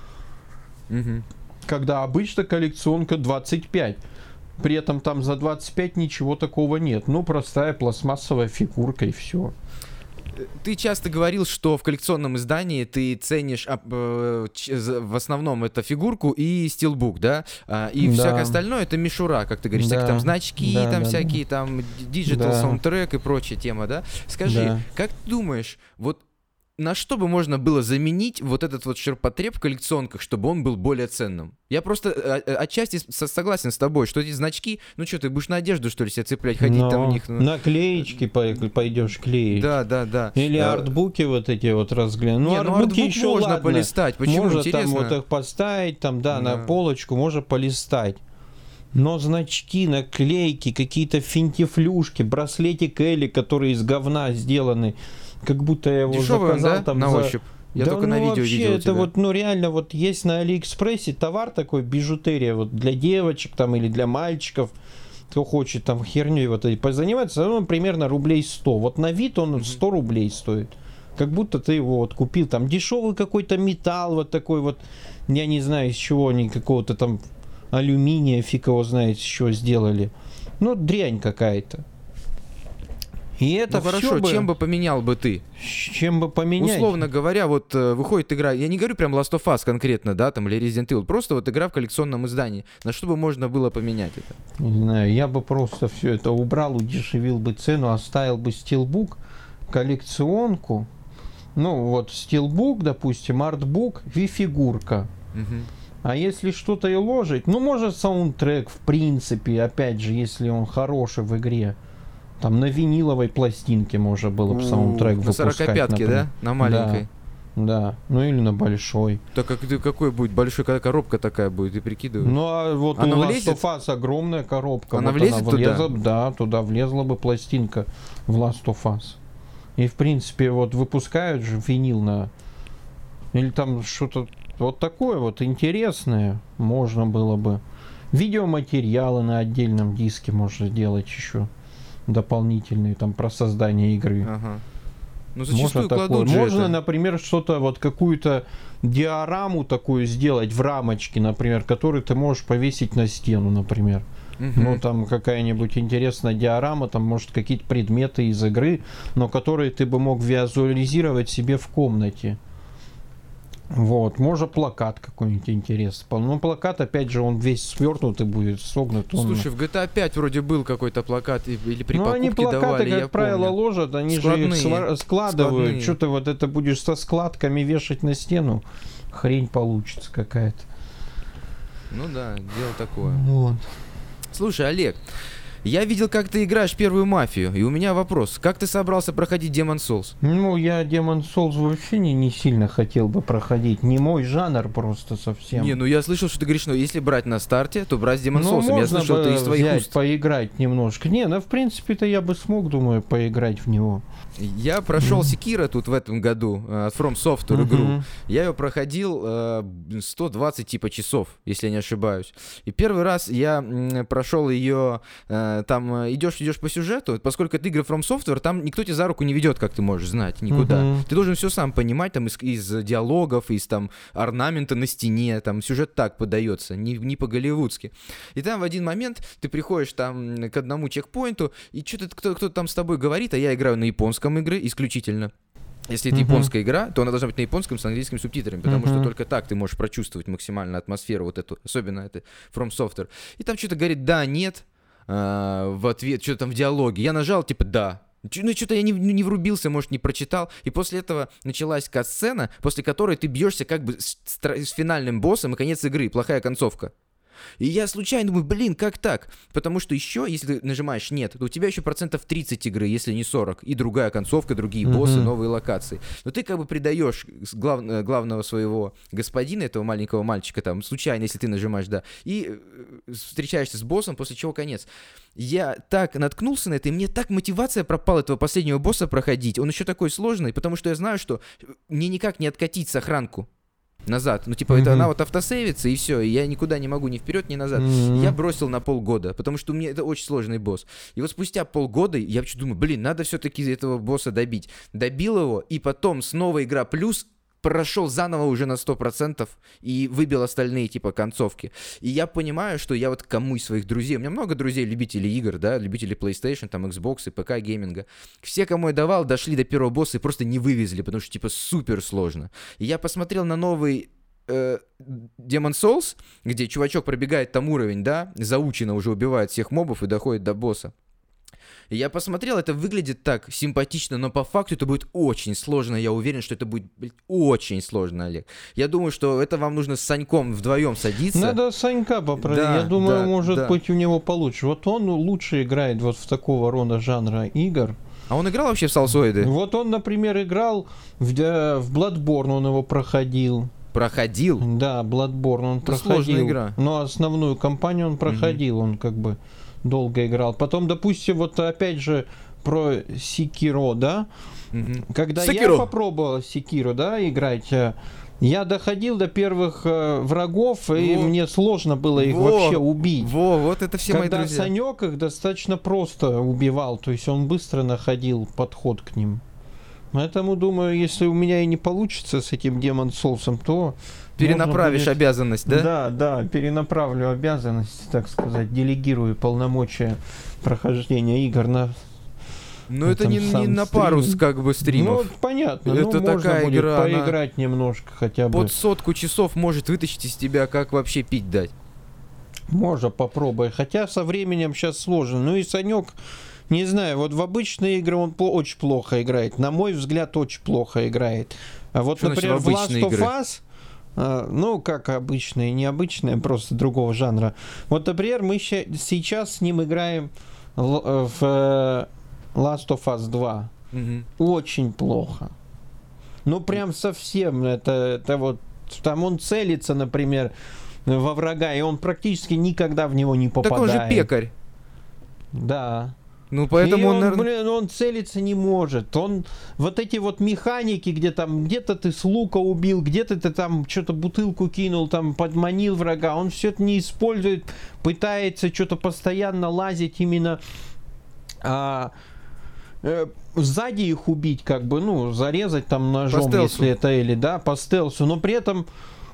Угу. Когда обычно коллекционка двадцать пять. При этом там за двадцать пять ничего такого нет. Ну, простая пластмассовая фигурка и все. Ты часто говорил, что в коллекционном издании ты ценишь э, в основном это фигурку и стилбук, да? И да. Всякое остальное это мишура, как ты говоришь, да. Всякие там значки, да, там да, всякие да. там диджитал да. саундтрек и прочая тема, да? Скажи, да. как ты думаешь, вот на что бы можно было заменить вот этот вот ширпотреб в коллекционках, чтобы он был более ценным? Я просто отчасти согласен с тобой, что эти значки, ну что, ты будешь на одежду, что ли, себе цеплять, ходить но там в них? Ну... Наклеечки пойдешь клеить. Да, да, да. Или а... артбуки вот эти вот разглянуть. Ну, артбуки ну, артбук еще можно ладно. полистать, почему можно интересно? Можно там вот их поставить, там, да, да, на полочку, можно полистать. Но значки, наклейки, какие-то финтифлюшки, браслетик Элли, которые из говна сделаны, как будто я его дешевый, заказал да? там на за... ощупь. Я да, только ну, на видео вообще, видел это тебя. вот, ну реально, вот есть на Алиэкспрессе товар такой, бижутерия, вот для девочек там или для мальчиков, кто хочет там херней вот этой позаниматься, он примерно рублей сто. Вот на вид он сто рублей стоит. Как будто ты его вот купил, там дешевый какой-то металл вот такой вот, я не знаю из чего они, какого-то там алюминия, фиг его знает, с чего сделали. Ну, дрянь какая-то. И это ну хорошо, бы... чем бы поменял бы ты? Чем бы поменять? Условно говоря, вот э, выходит игра, я не говорю прям Last of Us конкретно, да, там, или Resident Evil, просто вот игра в коллекционном издании. На что бы можно было поменять это? Не знаю, я бы просто все это убрал, удешевил бы цену, оставил бы стилбук, коллекционку, ну вот стилбук, допустим, артбук и фигурка. Угу. А если что-то и ложить, ну может саундтрек, в принципе, опять же, если он хороший в игре. Там на виниловой пластинке можно было бы саундтрек выпускать. На сорокопятке, да? На маленькой? Да, да. Ну или на большой. Так как ты, какой будет большой, коробка такая будет, ты прикидываешь? Ну а вот она у влезет? Last of Us огромная коробка. Она вот влезет она влезла, туда? Да, туда влезла бы пластинка в Last of Us. И в принципе вот выпускают же винил на... Или там что-то вот такое вот интересное можно было бы. Видеоматериалы на отдельном диске можно сделать еще. Дополнительные там про создание игры. Ага. Ну, зачастую можно кладут такое. же Можно, это. Например, что-то вот какую-то диораму такую сделать в рамочке, например, которую ты можешь повесить на стену, например. Угу. Ну там какая-нибудь интересная диорама, там может какие-то предметы из игры, но которые ты бы мог визуализировать себе в комнате. Вот, может плакат какой-нибудь интересный. Но плакат, опять же, он весь свернутый будет, согнут. Слушай, он... в джи ти эй пять вроде был какой-то плакат, или при ну, покупке они плакаты, давали, как я правило, помню. ложат, они складные, же их складывают. складные. Что ты вот это будешь со складками вешать на стену, хрень получится какая-то. Ну да, дело такое. Вот. Слушай, Олег, я видел, как ты играешь первую мафию, и у меня вопрос. Как ты собрался проходить Demon's Souls? Ну, я Demon's Souls вообще не, не сильно хотел бы проходить. Не мой жанр просто совсем. Не, ну я слышал, что ты говоришь, ну если брать на старте, то брать Demon's ну, Souls. Я слышал, бы ты из твоих взять, уст. Поиграть немножко. Не, ну в принципе-то я бы смог, думаю, поиграть в него. Я прошел Sekiro тут в этом году, от From Software uh-huh. игру. Я ее проходил э, сто двадцать типа часов, если я не ошибаюсь. И первый раз я м, прошел ее, э, там идешь, идешь по сюжету, поскольку это игры From Software, там никто тебя за руку не ведет, как ты можешь знать, никуда. Uh-huh. Ты должен все сам понимать, там из, из диалогов, из там орнамента на стене, там сюжет так подается, не, не по-голливудски. И там в один момент ты приходишь там к одному чекпоинту, и что-то кто, кто-то там с тобой говорит, а я играю на японском игры исключительно. Если это uh-huh. японская игра, то она должна быть на японском с английскими субтитрами, потому uh-huh. что только так ты можешь прочувствовать максимально атмосферу вот эту, особенно это From Software. И там что-то говорит «да», «нет», э, в ответ, что-то там в диалоге. Я нажал типа «да». Ну, что-то я не, не врубился, может, не прочитал. И после этого началась кат-сцена, после которой ты бьешься как бы с, с финальным боссом и конец игры, плохая концовка. И я случайно думаю, блин, как так? Потому что еще, если ты нажимаешь «нет», то у тебя еще процентов тридцать игры, если не сорок, и другая концовка, другие mm-hmm. боссы, новые локации. Но ты как бы предаешь глав... главного своего господина, этого маленького мальчика, там, случайно, если ты нажимаешь «да», и встречаешься с боссом, после чего конец. Я так наткнулся на это, и мне так мотивация пропала этого последнего босса проходить. Он еще такой сложный, потому что я знаю, что мне никак не откатить сохранку назад. Ну, типа, mm-hmm. это она вот автосейвится, и все. И я никуда не могу ни вперед, ни назад. Mm-hmm. Я бросил на полгода, потому что у меня это очень сложный босс. И вот спустя полгода я вообще думаю, блин, надо все-таки этого босса добить. Добил его, и потом снова игра плюс, прошел заново уже на сто процентов и выбил остальные, типа, концовки. И я понимаю, что я вот кому из своих друзей, у меня много друзей, любителей игр, да, любителей PlayStation, там, Xbox и ПК гейминга, все, кому я давал, дошли до первого босса и просто не вывезли, потому что, типа, супер сложно. И я посмотрел на новый э, Demon's Souls, где чувачок пробегает там уровень, да, заучено уже убивает всех мобов и доходит до босса. И я посмотрел, это выглядит так симпатично, но по факту это будет очень сложно. Я уверен, что это будет, блядь, очень сложно, Олег. Я думаю, что это вам нужно с Саньком вдвоем садиться. Надо Санька попросить. Да, я думаю, да, может да. быть, у него получше. Вот он лучше играет вот в такого рода жанра игр. А он играл вообще в Соусоиды? Вот он, например, играл в, в Bloodborne, он его проходил. Проходил? Да, Bloodborne он это проходил. Сложная игра. Но основную кампанию он проходил, mm-hmm. он как бы... долго играл. Потом, допустим, вот опять же про Sekiro, да? Mm-hmm. Когда Sekiro. я попробовал Sekiro, да, играть, я доходил до первых э, врагов, во. и мне сложно было их во. вообще убить. Во, вот это все Когда мои друзья. Санек их достаточно просто убивал, то есть он быстро находил подход к ним. Поэтому, думаю, если у меня и не получится с этим Demon's Souls, то... Перенаправишь будет... обязанность, да? Да, да, перенаправлю обязанности, так сказать, делегирую полномочия прохождения игр на... Ну, это не, не на пару с, как бы, стримов. Ну, понятно, это ну, такая можно будет игра, поиграть она... немножко хотя бы. Под сотку часов может вытащить из тебя, как вообще пить дать. Можно попробовать, хотя со временем сейчас сложно. Ну и Санек, не знаю, вот в обычные игры он по- очень плохо играет. На мой взгляд, очень плохо играет. А вот, что например, в Last of игры? Us... Ну, как обычные, необычные, просто другого жанра. Вот, например, мы сейчас с ним играем в Last of Us два. Угу. Очень плохо. Ну, прям совсем. Это, это вот... Там он целится, например, во врага, и он практически никогда в него не попадает. Так он же пекарь. Да. Ну, поэтому и он, он, наверное... блин, он целиться не может. Он вот эти вот механики, где там где-то ты с лука убил, где-то ты там что-то бутылку кинул, там подманил врага, он все это не использует, пытается что-то постоянно лазить именно а, э, сзади их убить, как бы, ну, зарезать там ножом, если это или, да, по стелсу, но при этом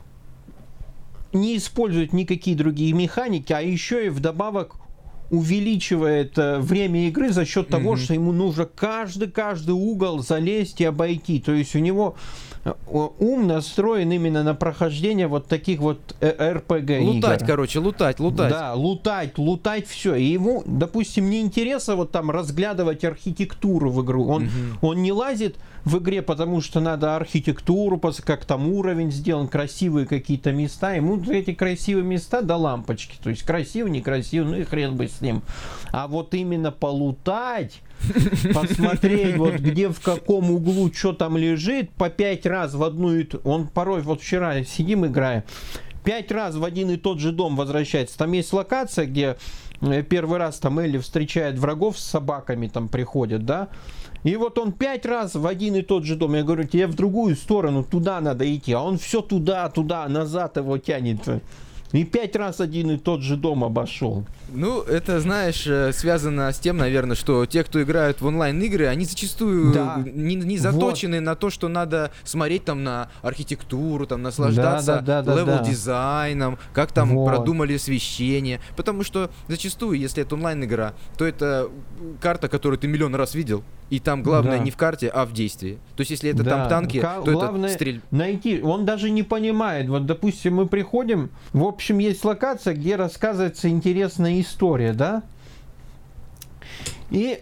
не использует никакие другие механики, а еще и вдобавок увеличивает э, время игры за счет того, mm-hmm. что ему нужно каждый-каждый угол залезть и обойти. То есть у него э, ум настроен именно на прохождение вот таких вот э, эр пи джи игр. Лутать, короче, лутать, лутать. Да, лутать, лутать все. И ему, допустим, не интересно вот там разглядывать архитектуру в игру. Он, mm-hmm. он не лазит в игре, потому что надо архитектуру, как там уровень сделан, красивые какие-то места. Ему эти красивые места до лампочки. То есть красиво, некрасиво, ну и хрен бы с ним. А вот именно полутать, посмотреть, вот где в каком углу что там лежит, по пять раз в одну и ту... Он порой, вот вчера сидим, играем, пять раз в один и тот же дом возвращается. Там есть локация, где первый раз там Элли встречает врагов с собаками, там приходят, да? И вот он пять раз в один и тот же дом. Я говорю, тебе в другую сторону, туда надо идти. А он все туда, туда, назад его тянет. И пять раз один и тот же дом обошел. Ну, это, знаешь, связано с тем, наверное, что те, кто играют в онлайн-игры, они зачастую да. не, не заточены вот. на то, что надо смотреть там на архитектуру, там наслаждаться да, да, да, левел-дизайном, да. как там вот. продумали освещение. Потому что зачастую, если это онлайн-игра, то это карта, которую ты миллион раз видел, и там главное да. не в карте, а в действии. То есть, если это да. там танки, К- то главное это стрель... найти. Он даже не понимает. Вот, допустим, мы приходим, в общем, есть локация, где рассказывается интересная история, да? И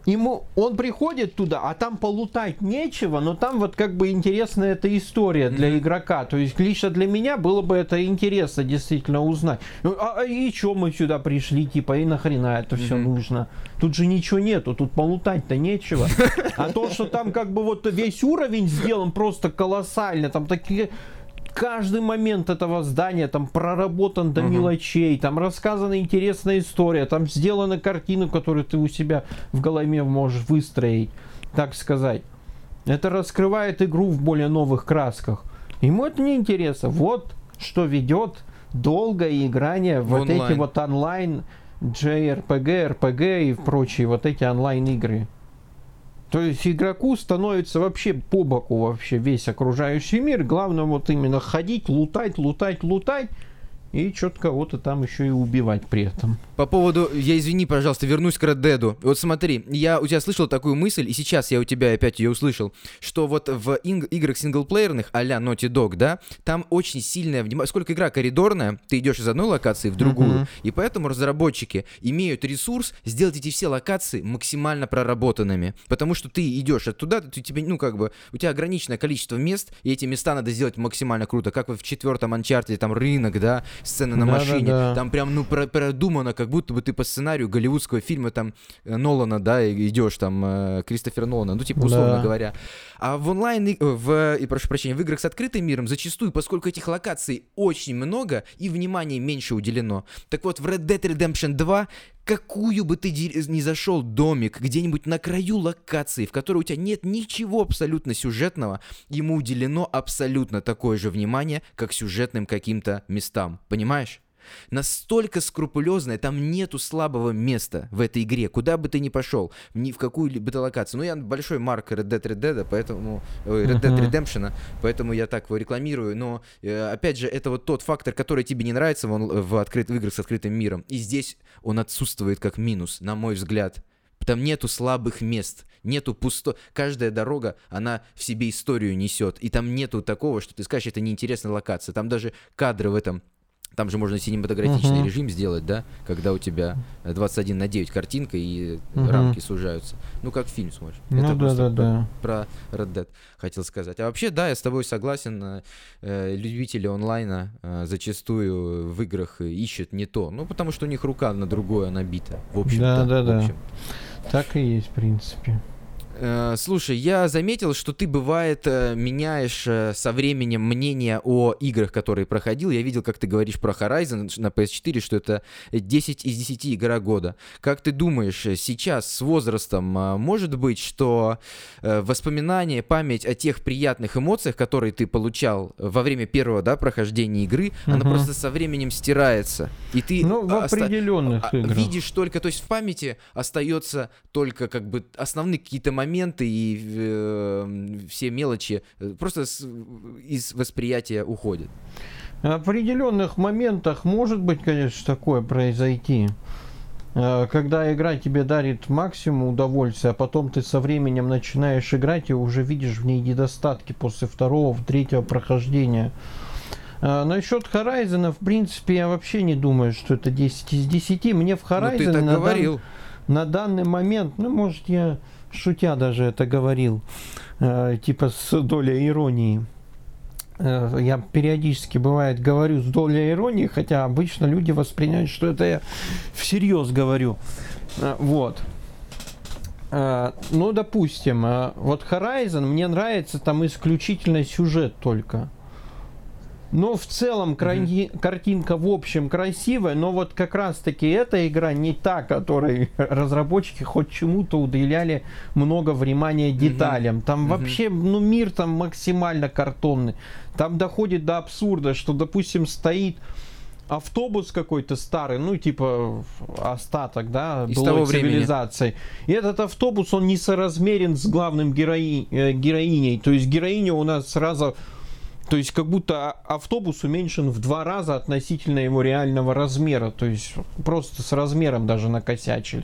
ему, он приходит туда, а там полутать нечего, но там вот как бы интересная эта история для mm-hmm. игрока. То есть лично для меня было бы это интересно действительно узнать. Ну, а, и что мы сюда пришли, типа, и нахрена это mm-hmm. все нужно? Тут же ничего нету, тут полутать-то нечего. А то, что там как бы вот весь уровень сделан просто колоссально, там такие... Каждый момент этого здания там проработан до uh-huh. мелочей, там рассказана интересная история, там сделана картина, которую ты у себя в голове можешь выстроить, так сказать. Это раскрывает игру в более новых красках. Ему это не интересно. Вот что ведет долгое играние в вот эти вот онлайн джей ар пи джи, эр пи джи и прочие вот эти онлайн игры. То есть игроку становится вообще по боку вообще весь окружающий мир. Главное вот именно ходить, лутать, лутать, лутать. И что-то кого-то там еще и убивать при этом. По поводу, я извини, пожалуйста, вернусь к Red Dead. Вот смотри, я у тебя слышал такую мысль, и сейчас я у тебя опять ее услышал, что вот в ин- играх синглплеерных а-ля Naughty Dog, да, там очень сильное внимание. Сколько игра коридорная, ты идешь из одной локации в другую, uh-huh. и поэтому разработчики имеют ресурс сделать эти все локации максимально проработанными. Потому что ты идешь оттуда, ты, тебе, ну как бы, у тебя ограниченное количество мест, и эти места надо сделать максимально круто. Как в четвертом Uncharted, там рынок, да, сцена на да, машине, да, да. там прям, ну, продумано, как будто бы ты по сценарию голливудского фильма, там, Нолана, да, идешь, там, э, Кристофера Нолана, ну, типа, условно да. говоря. А в онлайн, в, и, прошу прощения, в играх с открытым миром зачастую, поскольку этих локаций очень много и внимания меньше уделено. Так вот, в Red Dead Redemption два какую бы ты ни зашел домик, где-нибудь на краю локации, в которой у тебя нет ничего абсолютно сюжетного, ему уделено абсолютно такое же внимание, как сюжетным каким-то местам. Понимаешь? Настолько скрупулезное, там нету слабого места в этой игре, куда бы ты ни пошел, ни в какую-либо локацию. Ну, я большой марк Red Dead Red поэтому, Red Dead Redemption, поэтому я так его рекламирую, но, опять же, это вот тот фактор, который тебе не нравится в, в, открыт, в играх с открытым миром, и здесь он отсутствует как минус, на мой взгляд. Там нету слабых мест, нету пусто... Каждая дорога, она в себе историю несет, и там нету такого, что ты скажешь, это неинтересная локация, там даже кадры в этом... Там же можно синематографичный uh-huh. режим сделать, да, когда у тебя двадцать один на девять картинка и uh-huh. рамки сужаются. Ну, как фильм смотришь. Ну, это да, просто да, про, да. про Red Dead хотел сказать. А вообще, да, я с тобой согласен. Э, любители онлайна э, зачастую в играх ищут не то. Ну, потому что у них рука на другое набита. В общем-то. Да, да, в общем. да. Так и есть, в принципе. Слушай, я заметил, что ты, бывает, меняешь со временем мнение о играх, которые проходил. Я видел, как ты говоришь про Horizon на пи эс четыре, что это десять из десяти игра года. Как ты думаешь, сейчас с возрастом может быть, что воспоминания, память о тех приятных эмоциях, которые ты получал во время первого, да, прохождения игры, угу. она просто со временем стирается. И ты ну, в оста- определенных играх. видишь только, то есть в памяти остается только как бы основные какие-то моменты, моменты и э, все мелочи просто с, из восприятия уходят. В определенных моментах может быть, конечно, такое произойти. Когда игра тебе дарит максимум удовольствия, а потом ты со временем начинаешь играть и уже видишь в ней недостатки после второго, третьего прохождения. А насчет Horizon, в принципе, я вообще не думаю, что это десять из десяти. Мне в Horizon ты так на, говорил. дан, на данный момент, ну, может, я шутя даже это говорил, э, типа с долей иронии. Э, я периодически, бывает, говорю с долей иронии, хотя обычно люди воспринимают, что это я всерьез говорю. Э, вот. Э, ну, допустим, э, вот Horizon, мне нравится там исключительно сюжет только. Но в целом mm-hmm. картинка в общем красивая, но вот как раз таки эта игра не та, которой разработчики хоть чему-то уделяли много внимания деталям. Mm-hmm. Там mm-hmm. вообще, ну, мир там максимально картонный. Там доходит до абсурда, что, допустим, стоит автобус какой-то старый, ну, типа остаток, да, из былой того цивилизации. Времени. И этот автобус, он несоразмерен с главным герои... героиней. То есть героиня у нас сразу... То есть как будто автобус уменьшен в два раза относительно его реального размера. То есть просто с размером даже накосячили.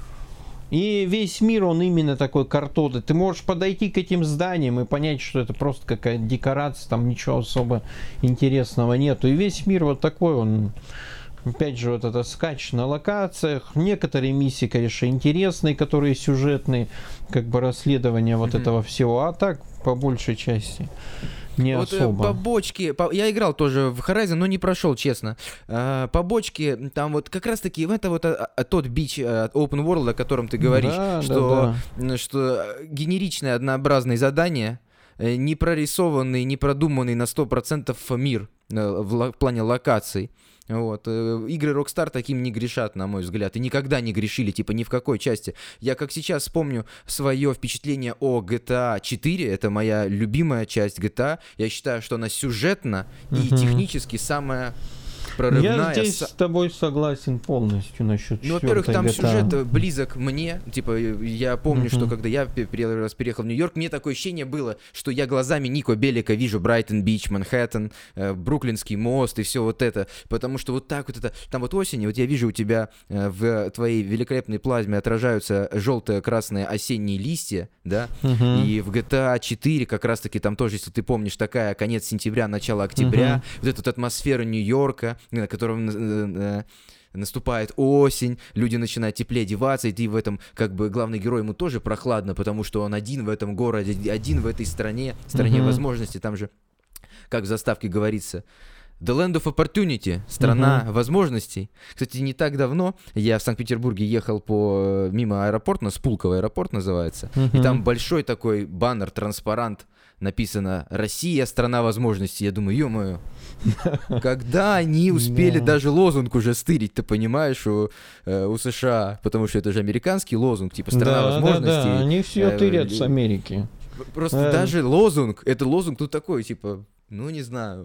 И весь мир, он именно такой картонный. Ты можешь подойти к этим зданиям и понять, что это просто какая-то декорация, там ничего особо интересного нету. И весь мир вот такой, он Опять же, вот это скач на локациях. Некоторые миссии, конечно, интересные, которые сюжетные, как бы расследование вот mm-hmm. этого всего. А так, по большей части, не вот особо. Побочки, по, я играл тоже в Horizon, но не прошел, честно. А, побочки, там вот как раз-таки это вот а, а, тот бич а, Open World, о котором ты говоришь, да, что, да, да. что генеричные однообразные задания, не прорисованный, не продуманный на сто процентов мир в, в плане локаций. Вот. Игры Rockstar таким не грешат, на мой взгляд, и никогда не грешили, типа, ни в какой части. Я как сейчас вспомню свое впечатление о джи ти эй четыре, это моя любимая часть джи ти эй, я считаю, что она сюжетно и угу. технически самая прорывная. Я здесь с тобой согласен полностью насчет Ну, во-первых, там джи ти эй. сюжет близок мне. Типа, я помню, uh-huh. что когда я первый раз переехал в Нью-Йорк, мне такое ощущение было, что я глазами Нико Белика вижу Брайтон-Бич, Манхэттен, э, Бруклинский мост и все вот это. Потому что вот так вот это... Там вот осень, вот я вижу у тебя э, в твоей великолепной плазме отражаются желто-красные осенние листья, да? Uh-huh. И в джи ти эй четыре как раз-таки там тоже, если ты помнишь, такая конец сентября, начало октября, uh-huh. вот эта вот атмосфера Нью-Йорка, на котором э, э, наступает осень, люди начинают теплее одеваться, и ты в этом, как бы, главный герой, ему тоже прохладно, потому что он один в этом городе, один в этой стране, стране mm-hmm. возможностей, там же, как в заставке говорится, The Land of Opportunity, страна uh-huh. возможностей. Кстати, не так давно я в Санкт-Петербурге ехал по, мимо аэропорта, Спулково аэропорт называется, uh-huh. и там большой такой баннер, транспарант, написано «Россия, страна возможностей». Я думаю, ё-моё, когда они успели даже лозунг уже стырить, ты понимаешь, у, э, у США, потому что это же американский лозунг, типа «Страна да, возможностей». Да, да, они все э, тырят с Америки. Просто э. даже лозунг, это лозунг тут такой, типа, ну не знаю...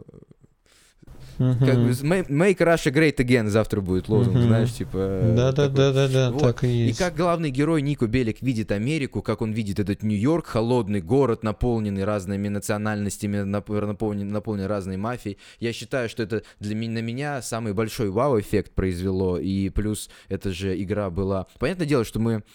Uh-huh. Как бы Make Russia Great Again завтра будет лозунг, uh-huh. знаешь, типа... Да-да-да-да, вот. так и есть. И как главный герой Нико Белик видит Америку, как он видит этот Нью-Йорк, холодный город, наполненный разными национальностями, наполненный, наполненный разной мафией. Я считаю, что это для меня, на меня самый большой вау-эффект произвело, и плюс эта же игра была... Понятное дело, что мы...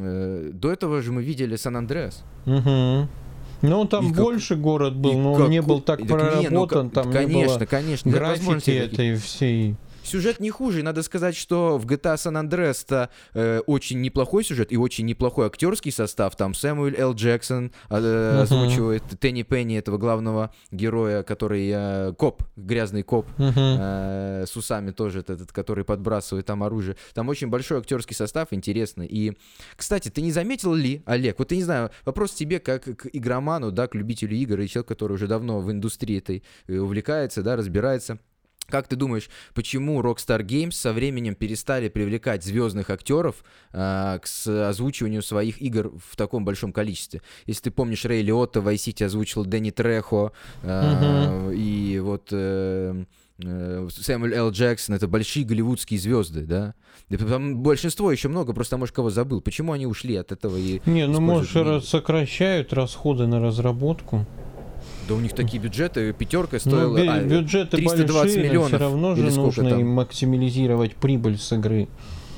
Э, до этого же мы видели Сан-Андреас. Угу. Ну, там и больше как... город был, но он не был так, так проработан, не, ну, там конечно, не было конечно, графики этой всей... Сюжет не хуже, и надо сказать, что в джи ти эй San Andreas-то э, очень неплохой сюжет и очень неплохой актерский состав. Там Сэмюэль Л. Джексон э, uh-huh. озвучивает Тенни Пенни, этого главного героя, который э, коп, грязный коп, uh-huh. э, с усами тоже, этот, который подбрасывает там оружие. Там очень большой актерский состав, интересный. И, кстати, ты не заметил ли, Олег, вот я не знаю, вопрос тебе как к игроману, да, к любителю игр и человек, который уже давно в индустрии этой увлекается, да, разбирается. Как ты думаешь, почему Rockstar Games со временем перестали привлекать звездных актеров э, к озвучиванию своих игр в таком большом количестве? Если ты помнишь, Рэй Лиотто в Vice City озвучил Дэнни Трехо, э, mm-hmm. и вот э, э, Сэмюэль Л. Джексон — это большие голливудские звезды, да? Там большинство еще много, просто, может, кого забыл. Почему они ушли от этого? И Не, ну, может, сокращают расходы на разработку. Да у них такие бюджеты, пятерка стоила ну, бюджеты а, триста двадцать большие, миллионов. Все равно же нужно там? Им максимализировать прибыль с игры.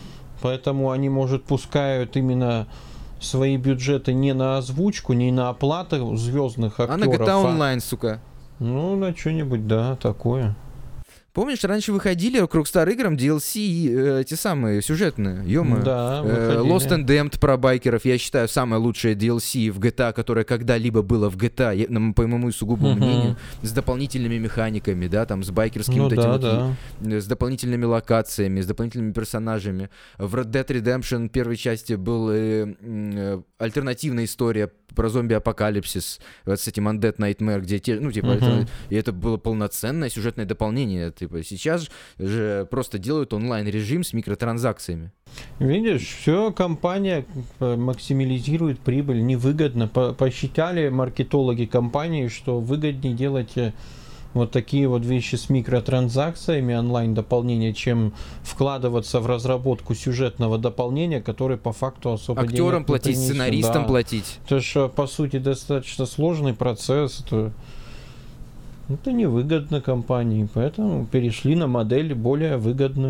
Поэтому они, может, пускают именно свои бюджеты не на озвучку, не на оплату звездных актеров. А на джи ти эй Online, сука. Ну, на что-нибудь, да, такое. Помнишь, раньше выходили к Rockstar играм ди эл си, э, те самые, сюжетные, ё-моё. Да, э, Lost and Damned про байкеров, я считаю, самое лучшее ди эл си в джи ти эй, которое когда-либо было в джи ти эй, по моему сугубому uh-huh. мнению, с дополнительными механиками, да, там, с байкерскими ну, вот да, этими, да. с дополнительными локациями, с дополнительными персонажами. В Red Dead Redemption первой части была э, э, альтернативная история про зомби-апокалипсис, вот с этим Undead Nightmare, где те, ну, типа, uh-huh. это, и это было полноценное сюжетное дополнение, типа, сейчас же просто делают онлайн-режим с микротранзакциями. Видишь, все, компания максимализирует прибыль, невыгодно. Посчитали маркетологи компании, что выгоднее делать вот такие вот вещи с микротранзакциями, онлайн-дополнения, чем вкладываться в разработку сюжетного дополнения, которое по факту особо денег не принесет. Актерам платить, сценаристам да. платить. Это же, по сути, достаточно сложный процесс. Это, это невыгодно компании, поэтому перешли на модель более выгодную.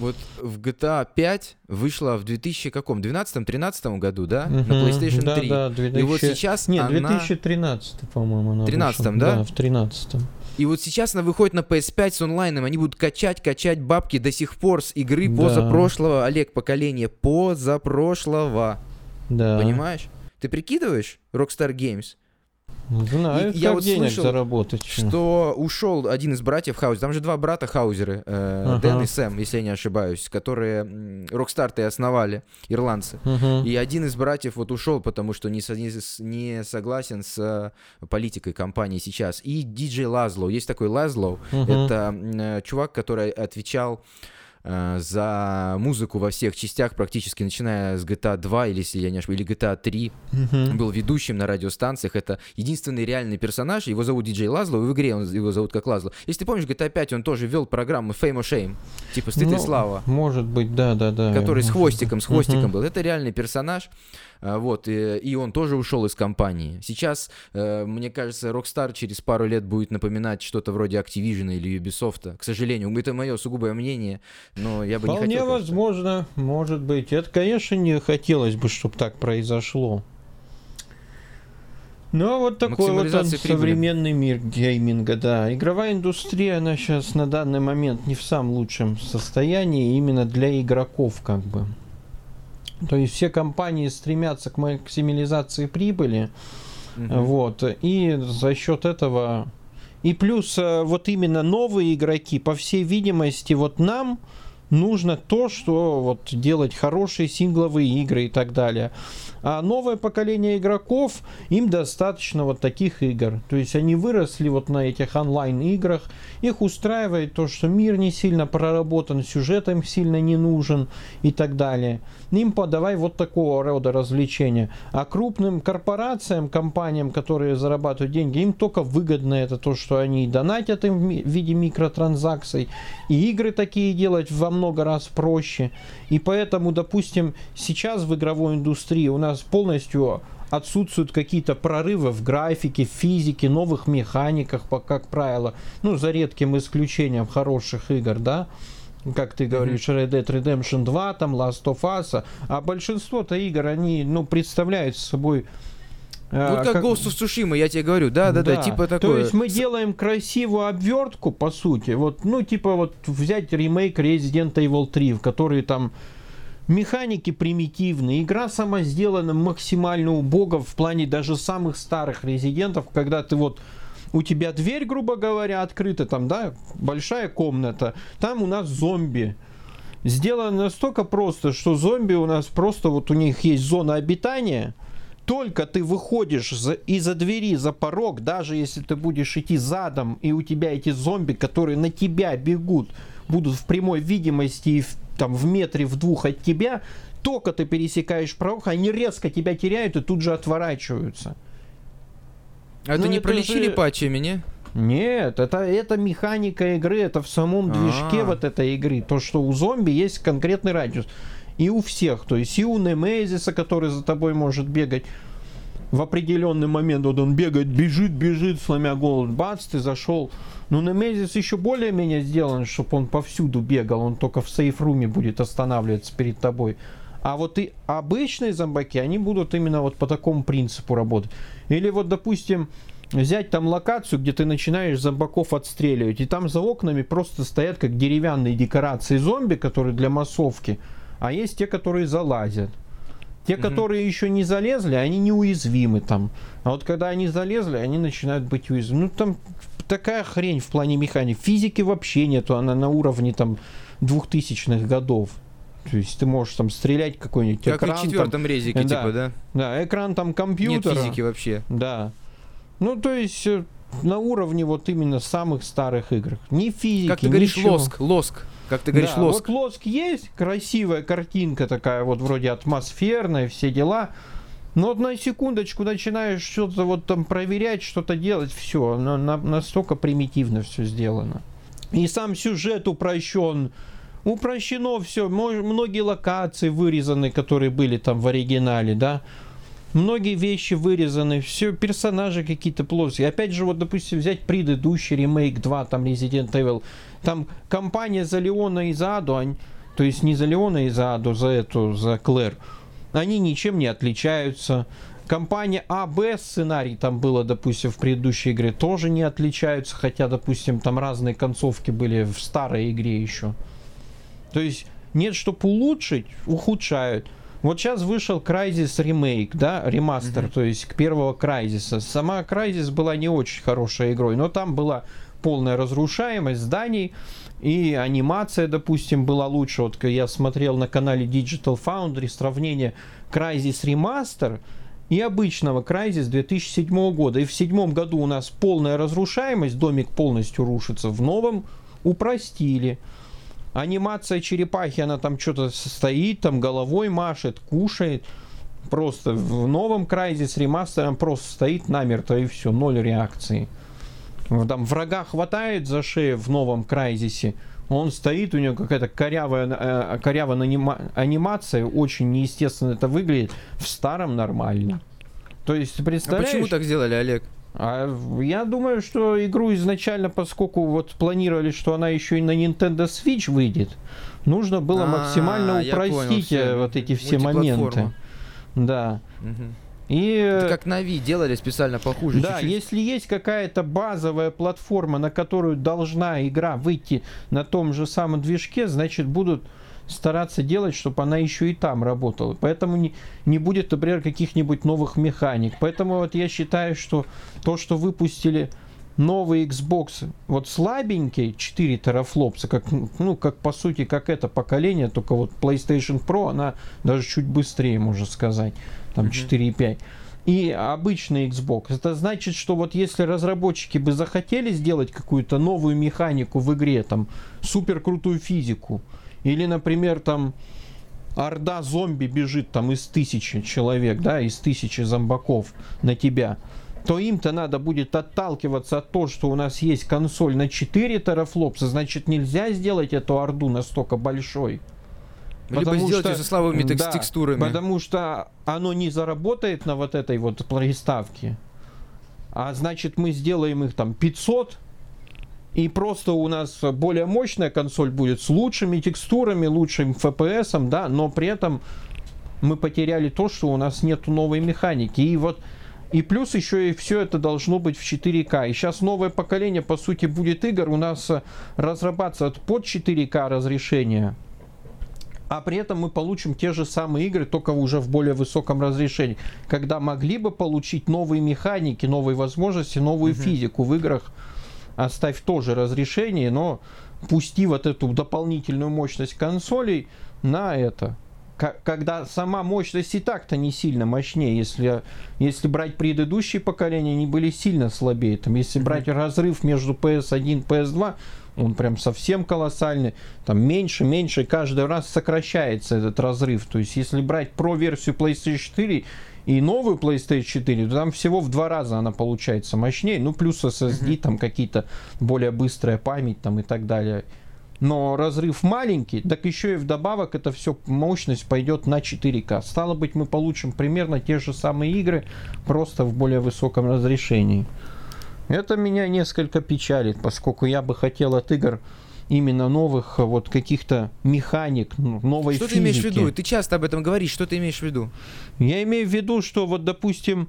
Вот в джи ти эй пять вышла в две тысячи двенадцатом-тринадцатом году, да? Uh-huh. На PlayStation да, три. Да, две тысячи... И вот сейчас Нет, она... две тысячи тринадцатом, по-моему, она тринадцатом, вышла. да? Да, в тринадцатом. И вот сейчас она выходит на пи эс пять с онлайном, они будут качать, качать бабки до сих пор с игры Да. позапрошлого, Олег, поколения позапрошлого. Да. Понимаешь? Ты прикидываешь Rockstar Games? Знаю, И я как вот денег слышал, заработать. что ушел один из братьев Хаузер. Там же два брата Хаузеры, э, Ага. Дэн и Сэм, если я не ошибаюсь, которые м, Rockstar-то и основали, ирландцы. Мгм. И один из братьев вот ушел, потому что не, со- не с- не согласен с э, политикой компании сейчас. И диджей Лазлоу. Есть такой Лазлоу. Мгм. Это э, чувак, который отвечал э, за музыку во всех частях, практически начиная с джи ти эй два, или, если я не ошибаюсь, или джи ти эй три. Мгм. Был ведущим на радиостанциях. Это единственный реальный персонаж. Его зовут диджей Лазлоу. В игре он, его зовут как Лазлоу. Если ты помнишь, джи ти эй пять, он тоже вел программу Fame or Shame. Типа «Стыд и Ну, слава». Может быть, да, да, да. Который с Может хвостиком, быть. с хвостиком Мгм. был. Это реальный персонаж. А, Вот, и, и он тоже ушел из компании. Сейчас, э, мне кажется, Rockstar через пару лет будет напоминать что-то вроде Activision или Ubisoft. К сожалению, это мое сугубое мнение, но я бы не Вполне хотел... конечно. возможно, может быть. Это, конечно, не хотелось бы, чтобы так произошло. Но вот такой вот он, Максимализация прибыли. современный мир гейминга, да. Игровая индустрия, она сейчас на данный момент не в самом лучшем состоянии именно для игроков, как бы. То есть все компании стремятся к максимализации прибыли, Мгм. вот, и за счет этого... И плюс э, вот именно новые игроки, по всей видимости, вот нам нужно то, что вот делать хорошие сингловые игры и так далее. А новое поколение игроков, им достаточно вот таких игр. То есть они выросли вот на этих онлайн-играх. Их устраивает то, что мир не сильно проработан, сюжет им сильно не нужен и так далее. Им подавай вот такого рода развлечения. А крупным корпорациям, компаниям, которые зарабатывают деньги, им только выгодно это то, что они донатят им в ми- в виде микротранзакций. И игры такие делать во много раз проще. И поэтому, допустим, сейчас в игровой индустрии у нас полностью отсутствуют какие-то прорывы в графике, в физике, новых механиках, по- как правило. Ну, за редким исключением хороших игр, да. Как ты говоришь, Red Dead Redemption два, там, Last of Us. А большинство-то игр, они, ну, представляют собой... э, Вот как Ghost of Tsushima, я тебе говорю, да-да-да, типа такое. То есть мы делаем красивую обвертку, по сути. Вот, ну, типа вот взять ремейк Resident Evil три, в который там механики примитивные, игра сама сделана максимально убого в плане даже самых старых резидентов, когда ты вот у тебя дверь, грубо говоря, открыта, там, да, большая комната, там у нас зомби. Сделано настолько просто, что зомби у нас просто, вот у них есть зона обитания, только ты выходишь за, из-за двери за порог, даже если ты будешь идти задом, и у тебя эти зомби, которые на тебя бегут, будут в прямой видимости и в, там, в метре, в двух от тебя, только ты пересекаешь порог, они резко тебя теряют и тут же отворачиваются. А это Ну, не это пролечили же- патчами, не? Нет, это, это механика игры, это в самом движке А. вот этой игры. То, что у зомби есть конкретный радиус. И у всех, то есть и у Немезиса, который за тобой может бегать в определенный момент, вот он бегает, бежит, бежит, сломя голову, бац, ты зашел. Но Немезис еще более-менее сделан, чтобы он повсюду бегал, он только в сейф-руме будет останавливаться перед тобой. А вот и обычные зомбаки, они будут именно вот по такому принципу работать. Или вот, допустим, взять там локацию, где ты начинаешь зомбаков отстреливать, и там за окнами просто стоят как деревянные декорации зомби, которые для массовки, а есть те, которые залазят. Те, Мгм. которые еще не залезли, они неуязвимы там. А вот когда они залезли, они начинают быть уязвимы. Ну там такая хрень в плане механики. Физики вообще нету, она на уровне там двухтысячных годов. То есть ты можешь там стрелять какой-нибудь Как экран. в там- четвертом резике, Да. типа, да? да, экран там Нет компьютера. физики вообще. Да. Ну, то есть э, на уровне вот именно самых старых игр. Ни физики, Как ты говоришь, ничего. лоск, лоск. Как ты говоришь, Да, лоск. вот лоск есть, красивая картинка такая, вот вроде атмосферная, все дела. Но вот на секундочку начинаешь что-то вот там проверять, что-то делать, все, на, на- настолько примитивно все сделано. И сам сюжет упрощен. Упрощено все. Многие локации вырезаны, которые были там в оригинале, да. Многие вещи вырезаны, все, персонажи какие-то плоские. Опять же, вот, допустим, взять предыдущий ремейк два, там, Resident Evil. Там компания за Леона и за Аду, они, то есть не за Леона и за Аду, за эту, за Клэр, они ничем не отличаются. Компания А Б сценарий там было, допустим, в предыдущей игре, тоже не отличаются, хотя, допустим, там разные концовки были в старой игре еще. То есть нет, чтобы улучшить, ухудшают. Вот сейчас вышел Crysis ремейк, да, ремастер, mm-hmm. то есть к первого Crysis. Сама Crysis была не очень хорошей игрой, но там была полная разрушаемость зданий, и анимация, допустим, была лучше. Вот я смотрел на канале Digital Foundry сравнение Crysis Remaster и обычного Crysis две тысячи седьмого года. И в седьмом году у нас полная разрушаемость, домик полностью рушится, в новом упростили. Анимация черепахи, она там что-то стоит, там головой машет, кушает. Просто в новом Crysis ремастером просто стоит намертво и все, ноль реакции. Там врага хватает за шею в новом Crysis, он стоит, у него какая-то корявая, корявая анимация, очень неестественно это выглядит. В старом нормально. То есть, представляешь... А почему так сделали, Олег? А я думаю, что игру изначально, поскольку вот планировали, что она еще и на Nintendo Switch выйдет, нужно было А-а-а, максимально упростить понял, вот эти все моменты. Да. Угу. И... Это как Нави делали специально похуже. Да, чуть-чуть. Если есть какая-то базовая платформа, на которую должна игра выйти на том же самом движке, значит будут стараться делать, чтобы она еще и там работала. Поэтому не, не будет, например, каких-нибудь новых механик. Поэтому вот я считаю, что то, что выпустили новый Xbox, вот слабенький, четыре терафлопса, как, ну, как по сути, как это поколение, только вот PlayStation Pro, она даже чуть быстрее, можно сказать, там mm-hmm. четыре и пять. И обычный Xbox. Это значит, что вот если разработчики бы захотели сделать какую-то новую механику в игре, там, супер крутую физику, или, например, там орда зомби бежит там из тысячи человек, да, из тысячи зомбаков на тебя, то им-то надо будет отталкиваться от того, что у нас есть консоль на четыре терафлопса, значит нельзя сделать эту орду настолько большой. Либо сделать ее со слабыми да, текстурами. Потому что оно не заработает на вот этой вот приставке. А значит мы сделаем их там пятьсот, и просто у нас более мощная консоль будет с лучшими текстурами, лучшим эф пи эс, да, но при этом мы потеряли то, что у нас нету новой механики. И вот и плюс еще и все это должно быть в четыре ка. И сейчас новое поколение, по сути, будет игр у нас разрабатываться под четыре ка разрешение. А при этом мы получим те же самые игры, только уже в более высоком разрешении. Когда могли бы получить новые механики, новые возможности, новую mm-hmm. физику в играх, оставь тоже разрешение, но пусти вот эту дополнительную мощность консолей на это. Когда сама мощность и так-то не сильно мощнее. Если, если брать предыдущие поколения, они были сильно слабее. Там, если mm-hmm. брать разрыв между пи эс один и пи эс два, он прям совсем колоссальный. Там меньше, меньше, каждый раз сокращается этот разрыв. То есть, если брать Pro-версию PlayStation четыре и новую PlayStation четыре, то там всего в два раза она получается мощнее. Ну, плюс эс эс ди, mm-hmm. там какие-то более быстрая память там и так далее. Но разрыв маленький, так еще и вдобавок это все мощность пойдет на четыре ка. Стало быть, мы получим примерно те же самые игры, просто в более высоком разрешении. Это меня несколько печалит, поскольку я бы хотел от игр именно новых вот каких-то механик, новой что физики. Что ты имеешь в виду? Ты часто об этом говоришь, что ты имеешь в виду? Я имею в виду, что вот, допустим,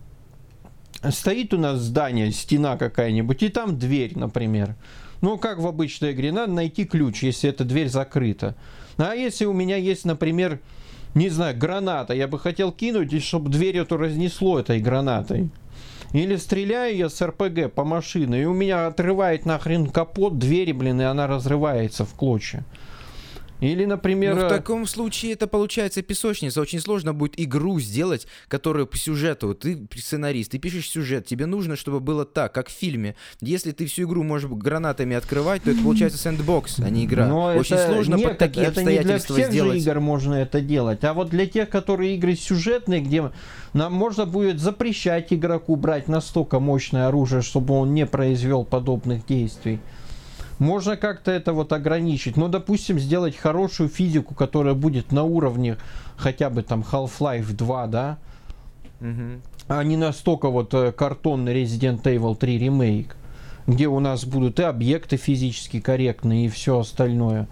стоит у нас здание, стена какая-нибудь, и там дверь, например. Ну, как в обычной игре, надо найти ключ, если эта дверь закрыта. А если у меня есть, например, не знаю, граната, я бы хотел кинуть, и чтобы дверь эту разнесло этой гранатой. Или стреляю я с эр пэ гэ по машине, и у меня отрывает нахрен капот двери, блин, и она разрывается в клочья. Или, например... Но в таком случае это получается песочница. Очень сложно будет игру сделать, которая по сюжету. Ты сценарист, ты пишешь сюжет. Тебе нужно, чтобы было так, как в фильме. Если ты всю игру можешь гранатами открывать, то это получается сэндбокс, а не игра. Но очень сложно под такие это обстоятельства не для всех сделать. Же игр можно это делать. А вот для тех, которые игры сюжетные, где нам можно будет запрещать игроку брать настолько мощное оружие, чтобы он не произвел подобных действий. Можно как-то это вот ограничить. Ну, допустим, сделать хорошую физику, которая будет на уровне хотя бы там Half-Life два, да? Mm-hmm. А не настолько вот картонный Resident Evil три ремейк, где у нас будут и объекты физически корректные, и все остальное.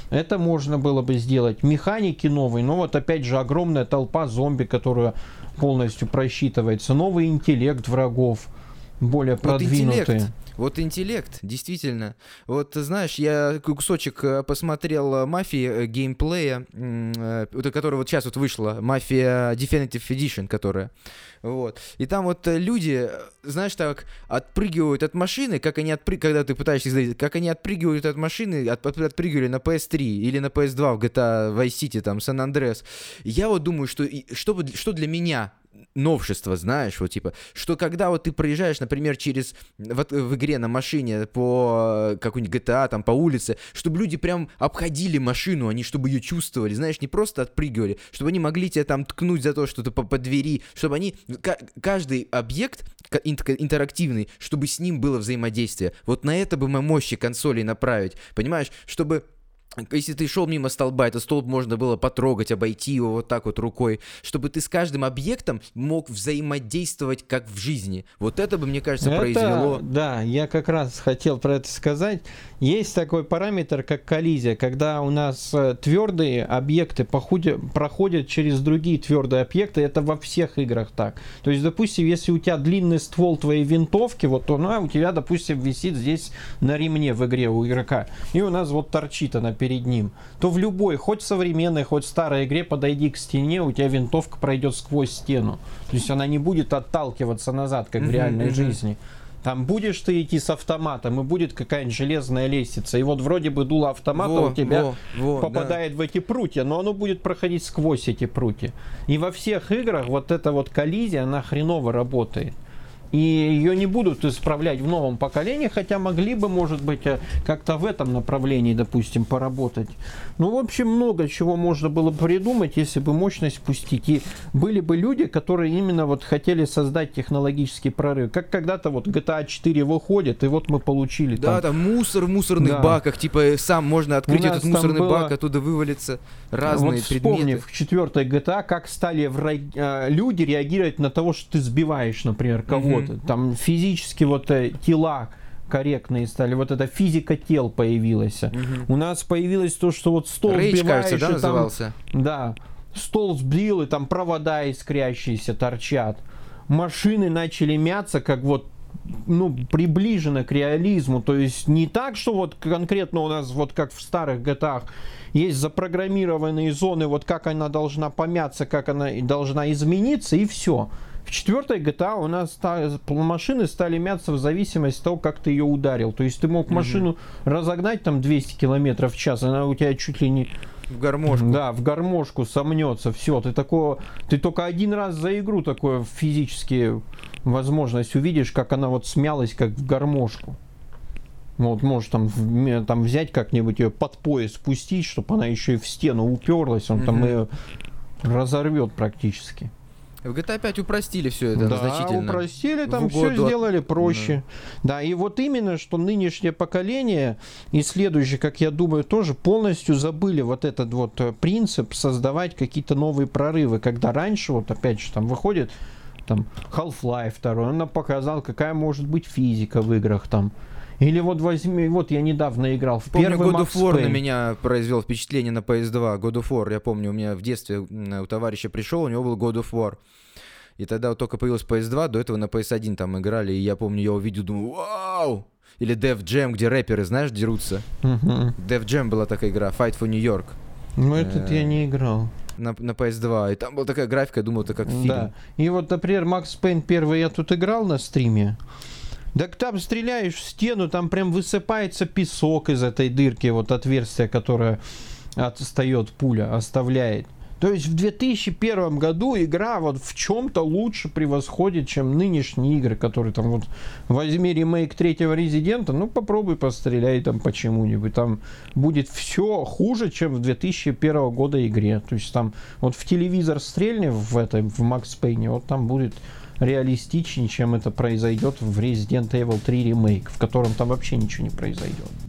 Это можно было бы сделать. Механики новые, но вот опять же огромная толпа зомби, которая полностью просчитывается. Новый интеллект врагов, более продвинутый. Вот интеллект. Вот интеллект, действительно. Вот, знаешь, я кусочек посмотрел «Мафии» геймплея, которая вот сейчас вот вышла, «Мафия Definitive Edition», которая. Вот. И там вот люди, знаешь, так отпрыгивают от машины, как они отпрыг... когда ты пытаешься сказать, как они отпрыгивают от машины, от... отпрыгивали на пи эс три или на пи эс два в джи ти эй Vice City, там, San Andreas. Я вот думаю, что, что, что для меня новшество, знаешь, вот типа, что когда вот ты проезжаешь, например, через, вот в игре на машине по какой-нибудь джи ти эй, там, по улице, чтобы люди прям обходили машину, они чтобы ее чувствовали, знаешь, не просто отпрыгивали, чтобы они могли тебя там ткнуть за то, что ты по, по двери, чтобы они, каждый объект интерактивный, чтобы с ним было взаимодействие. Вот на это бы мы мощи консолей направить, понимаешь, чтобы... Если ты шел мимо столба, этот столб можно было потрогать, обойти его вот так вот рукой, чтобы ты с каждым объектом мог взаимодействовать как в жизни. Вот это бы, мне кажется, это, произвело... Да, я как раз хотел про это сказать. Есть такой параметр, как коллизия, когда у нас твердые объекты походят, проходят через другие твердые объекты. Это во всех играх так. То есть, допустим, если у тебя длинный ствол твоей винтовки, вот она у тебя, допустим, висит здесь на ремне в игре у игрока, и у нас вот торчит она перед ним, то в любой, хоть современной, хоть старой игре, подойди к стене, у тебя винтовка пройдет сквозь стену. То есть она не будет отталкиваться назад, как в реальной жизни. Там будешь ты идти с автоматом, и будет какая-нибудь железная лестница. И вот вроде бы дуло автомата во, у тебя во, во, попадает да. в эти прутья, но оно будет проходить сквозь эти прутья. И во всех играх вот эта вот коллизия, она хреново работает. И ее не будут исправлять в новом поколении, хотя могли бы, может быть, как-то в этом направлении, допустим, поработать. Ну, в общем, много чего можно было придумать, если бы мощность пустить. И были бы люди, которые именно вот хотели создать технологический прорыв. Как когда-то вот джи ти эй четыре выходит, и вот мы получили да, там... там мусор в мусорных да. баках, типа сам можно открыть этот мусорный было... бак, оттуда вывалится разные вот предметы. Вспомни в четвертой джи ти эй, как стали вра... люди реагировать на того, что ты сбиваешь, например, кого-то. Mm-hmm. Там физически вот э, тела корректные стали, вот эта физика тел появилась. Mm-hmm. У нас появилось то, что вот стол Рейдж, сбиваешь, кажется, да, там, назывался? Да, стол сбил, и там провода искрящиеся торчат. Машины начали мяться, как вот, ну, приближено к реализму, то есть не так, что вот конкретно у нас, вот как в старых джи ти эй, есть запрограммированные зоны, вот как она должна помяться, как она должна измениться, и все. В четвертой джи ти эй у нас стали, машины стали мяться в зависимости от того, как ты ее ударил. То есть ты мог машину mm-hmm. разогнать там двести километров в час, она у тебя чуть ли не... В гармошку. Да, в гармошку сомнется. Все, ты такого, ты только один раз за игру такое физически возможность увидишь, как она вот смялась, как в гармошку. Вот можешь там, там взять как-нибудь ее под пояс спустить, чтобы она еще и в стену уперлась, он mm-hmm. там ее разорвет практически. В джи ти эй пять упростили все это да, значительно. Да, упростили, там все сделали проще. Да. да, и вот именно, что нынешнее поколение и следующее, как я думаю, тоже полностью забыли вот этот вот принцип создавать какие-то новые прорывы. Когда раньше, вот опять же, там выходит там Half-Life два, он нам показал, какая может быть физика в играх там. Или вот возьми, вот я недавно играл в помню, первый God of War Max Payne. На меня произвел впечатление на пи эс два. God of War, я помню, у меня в детстве у товарища пришел, у него был God of War. И тогда вот только появилась пи эс два, до этого на пи эс один там играли, и я помню, я увидел, думаю, вау! Или Def Jam, где рэперы, знаешь, дерутся. Uh-huh. Def Jam была такая игра, Fight for New York. Ну, этот я не играл. На, на пи эс два, и там была такая графика, я думал, это как фильм. Да, и вот, например, Max Payne первый я тут играл на стриме. Так там стреляешь в стену, там прям высыпается песок из этой дырки, вот отверстие, которое отстает, пуля оставляет. То есть в две тысячи первом году игра вот в чем-то лучше превосходит, чем нынешние игры, которые там вот возьми ремейк третьего Резидента, ну попробуй постреляй там почему-нибудь, там будет все хуже, чем в две тысячи первого года игре. То есть там вот в телевизор стрельни в этой, в Max Payne, вот там будет реалистичнее, чем это произойдет в Resident Evil три ремейк, в котором там вообще ничего не произойдет.